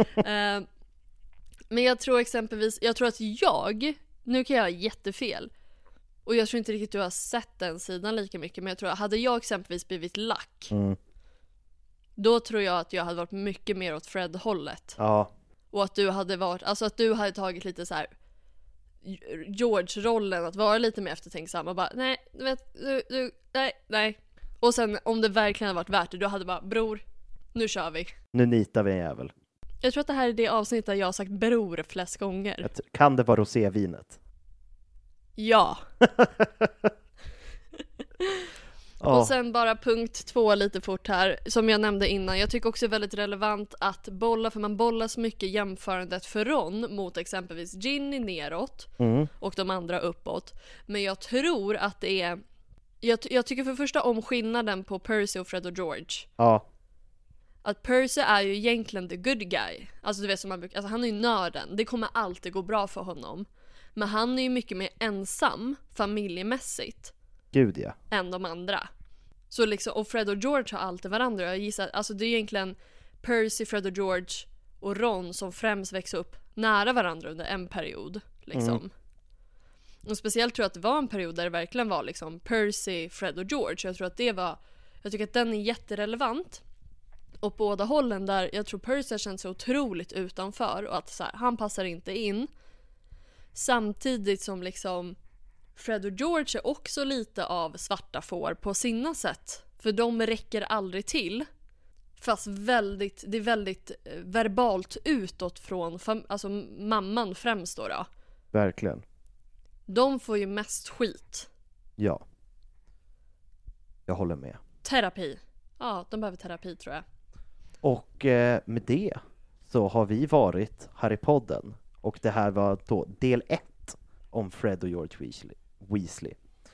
Men jag tror exempelvis, att nu kan jag ha jättefel. Och jag tror inte riktigt du har sett den sidan lika mycket. Men jag tror att hade jag exempelvis blivit lack, då tror jag att jag hade varit mycket mer åt Fred-hållet. Ja. Och att du hade varit, alltså att du hade tagit lite så här George-rollen, att vara lite mer eftertänksam och bara, nej, nej. Och sen om det verkligen hade varit värt det, du hade bara, bror, nu kör vi. Nu nitar vi en jävel. Jag tror att det här är det avsnitt där jag har sagt bror flest gånger. Kan det vara rosévinet? Ja. Och sen bara punkt 2 lite fort här, som jag nämnde innan. Jag tycker också är väldigt relevant att bolla, för man bollar så mycket jämförandet för Ron mot exempelvis Ginny neråt och de andra uppåt. Men jag tror att det är... Jag tycker för det första om skillnaden på Percy och Fred och George. Ja. Att Percy är ju egentligen the good guy. Alltså du vet som man brukar, alltså han är ju nörden. Det kommer alltid gå bra för honom. Men han är ju mycket mer ensam familjemässigt. Gud ja. Än de andra. Så liksom, och Fred och George har alltid varandra. Jag gissar, alltså det är egentligen Percy, Fred och George och Ron som främst växer upp nära varandra under en period liksom. Och speciellt tror jag att det var en period där det verkligen var liksom Percy, Fred och George. Jag tycker att den är jätterelevant. Och båda hållen där, jag tror Percy känns så otroligt utanför och att så här, han passar inte in. Samtidigt som liksom Fred och George är också lite av svarta får på sina sätt. För de räcker aldrig till. Fast det är väldigt verbalt utåt från alltså mamman främst då. Verkligen. De får ju mest skit. Ja. Jag håller med. Terapi. Ja, de behöver terapi tror jag. Och med det så har vi varit Harrypodden. Och det här var då del 1 om Fred och George Weasley.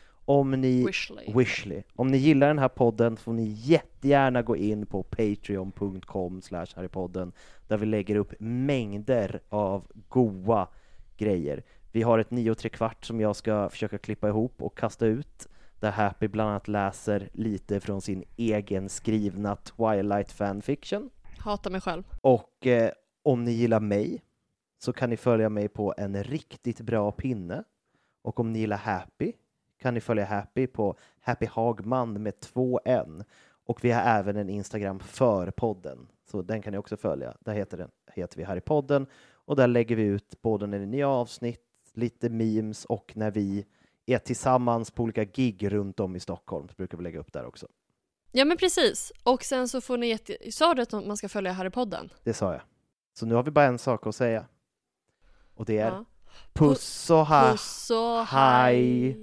Weasley. Om ni gillar den här podden får ni jättegärna gå in på patreon.com/Harrypodden där vi lägger upp mängder av goa grejer. Vi har ett 9,75 som jag ska försöka klippa ihop och kasta ut. Där Happy bland annat läser lite från sin egen skrivna Twilight fanfiction. Hatar mig själv. Och om ni gillar mig så kan ni följa mig på en riktigt bra pinne. Och om ni gillar Happy kan ni följa Happy på Happy Hagman med 2 N. Och vi har även en Instagram för podden. Så den kan ni också följa. Där heter vi Harrypodden. Och där lägger vi ut både när det är nya avsnitt, lite memes och när vi är tillsammans på olika gig runt om i Stockholm. Så brukar vi lägga upp där också. Ja men precis. Och sen så får ni sa du att man ska följa Harrypodden? Det sa jag. Så nu har vi bara en sak att säga. Och det är puss och hej.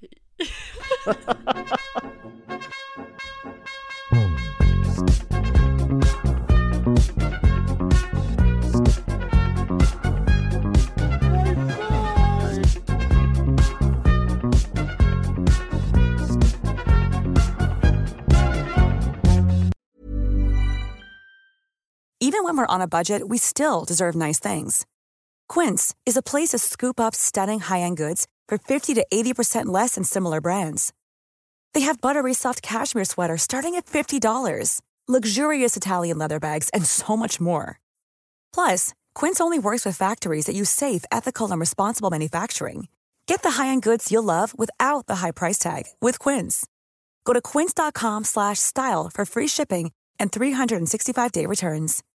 Even when we're on a budget, we still deserve nice things. Quince is a place to scoop up stunning high-end goods for 50 to 80% less than similar brands. They have buttery soft cashmere sweaters starting at $50, luxurious Italian leather bags, and so much more. Plus, Quince only works with factories that use safe, ethical, and responsible manufacturing. Get the high-end goods you'll love without the high price tag with Quince. Go to quince.com/style for free shipping and 365-day returns.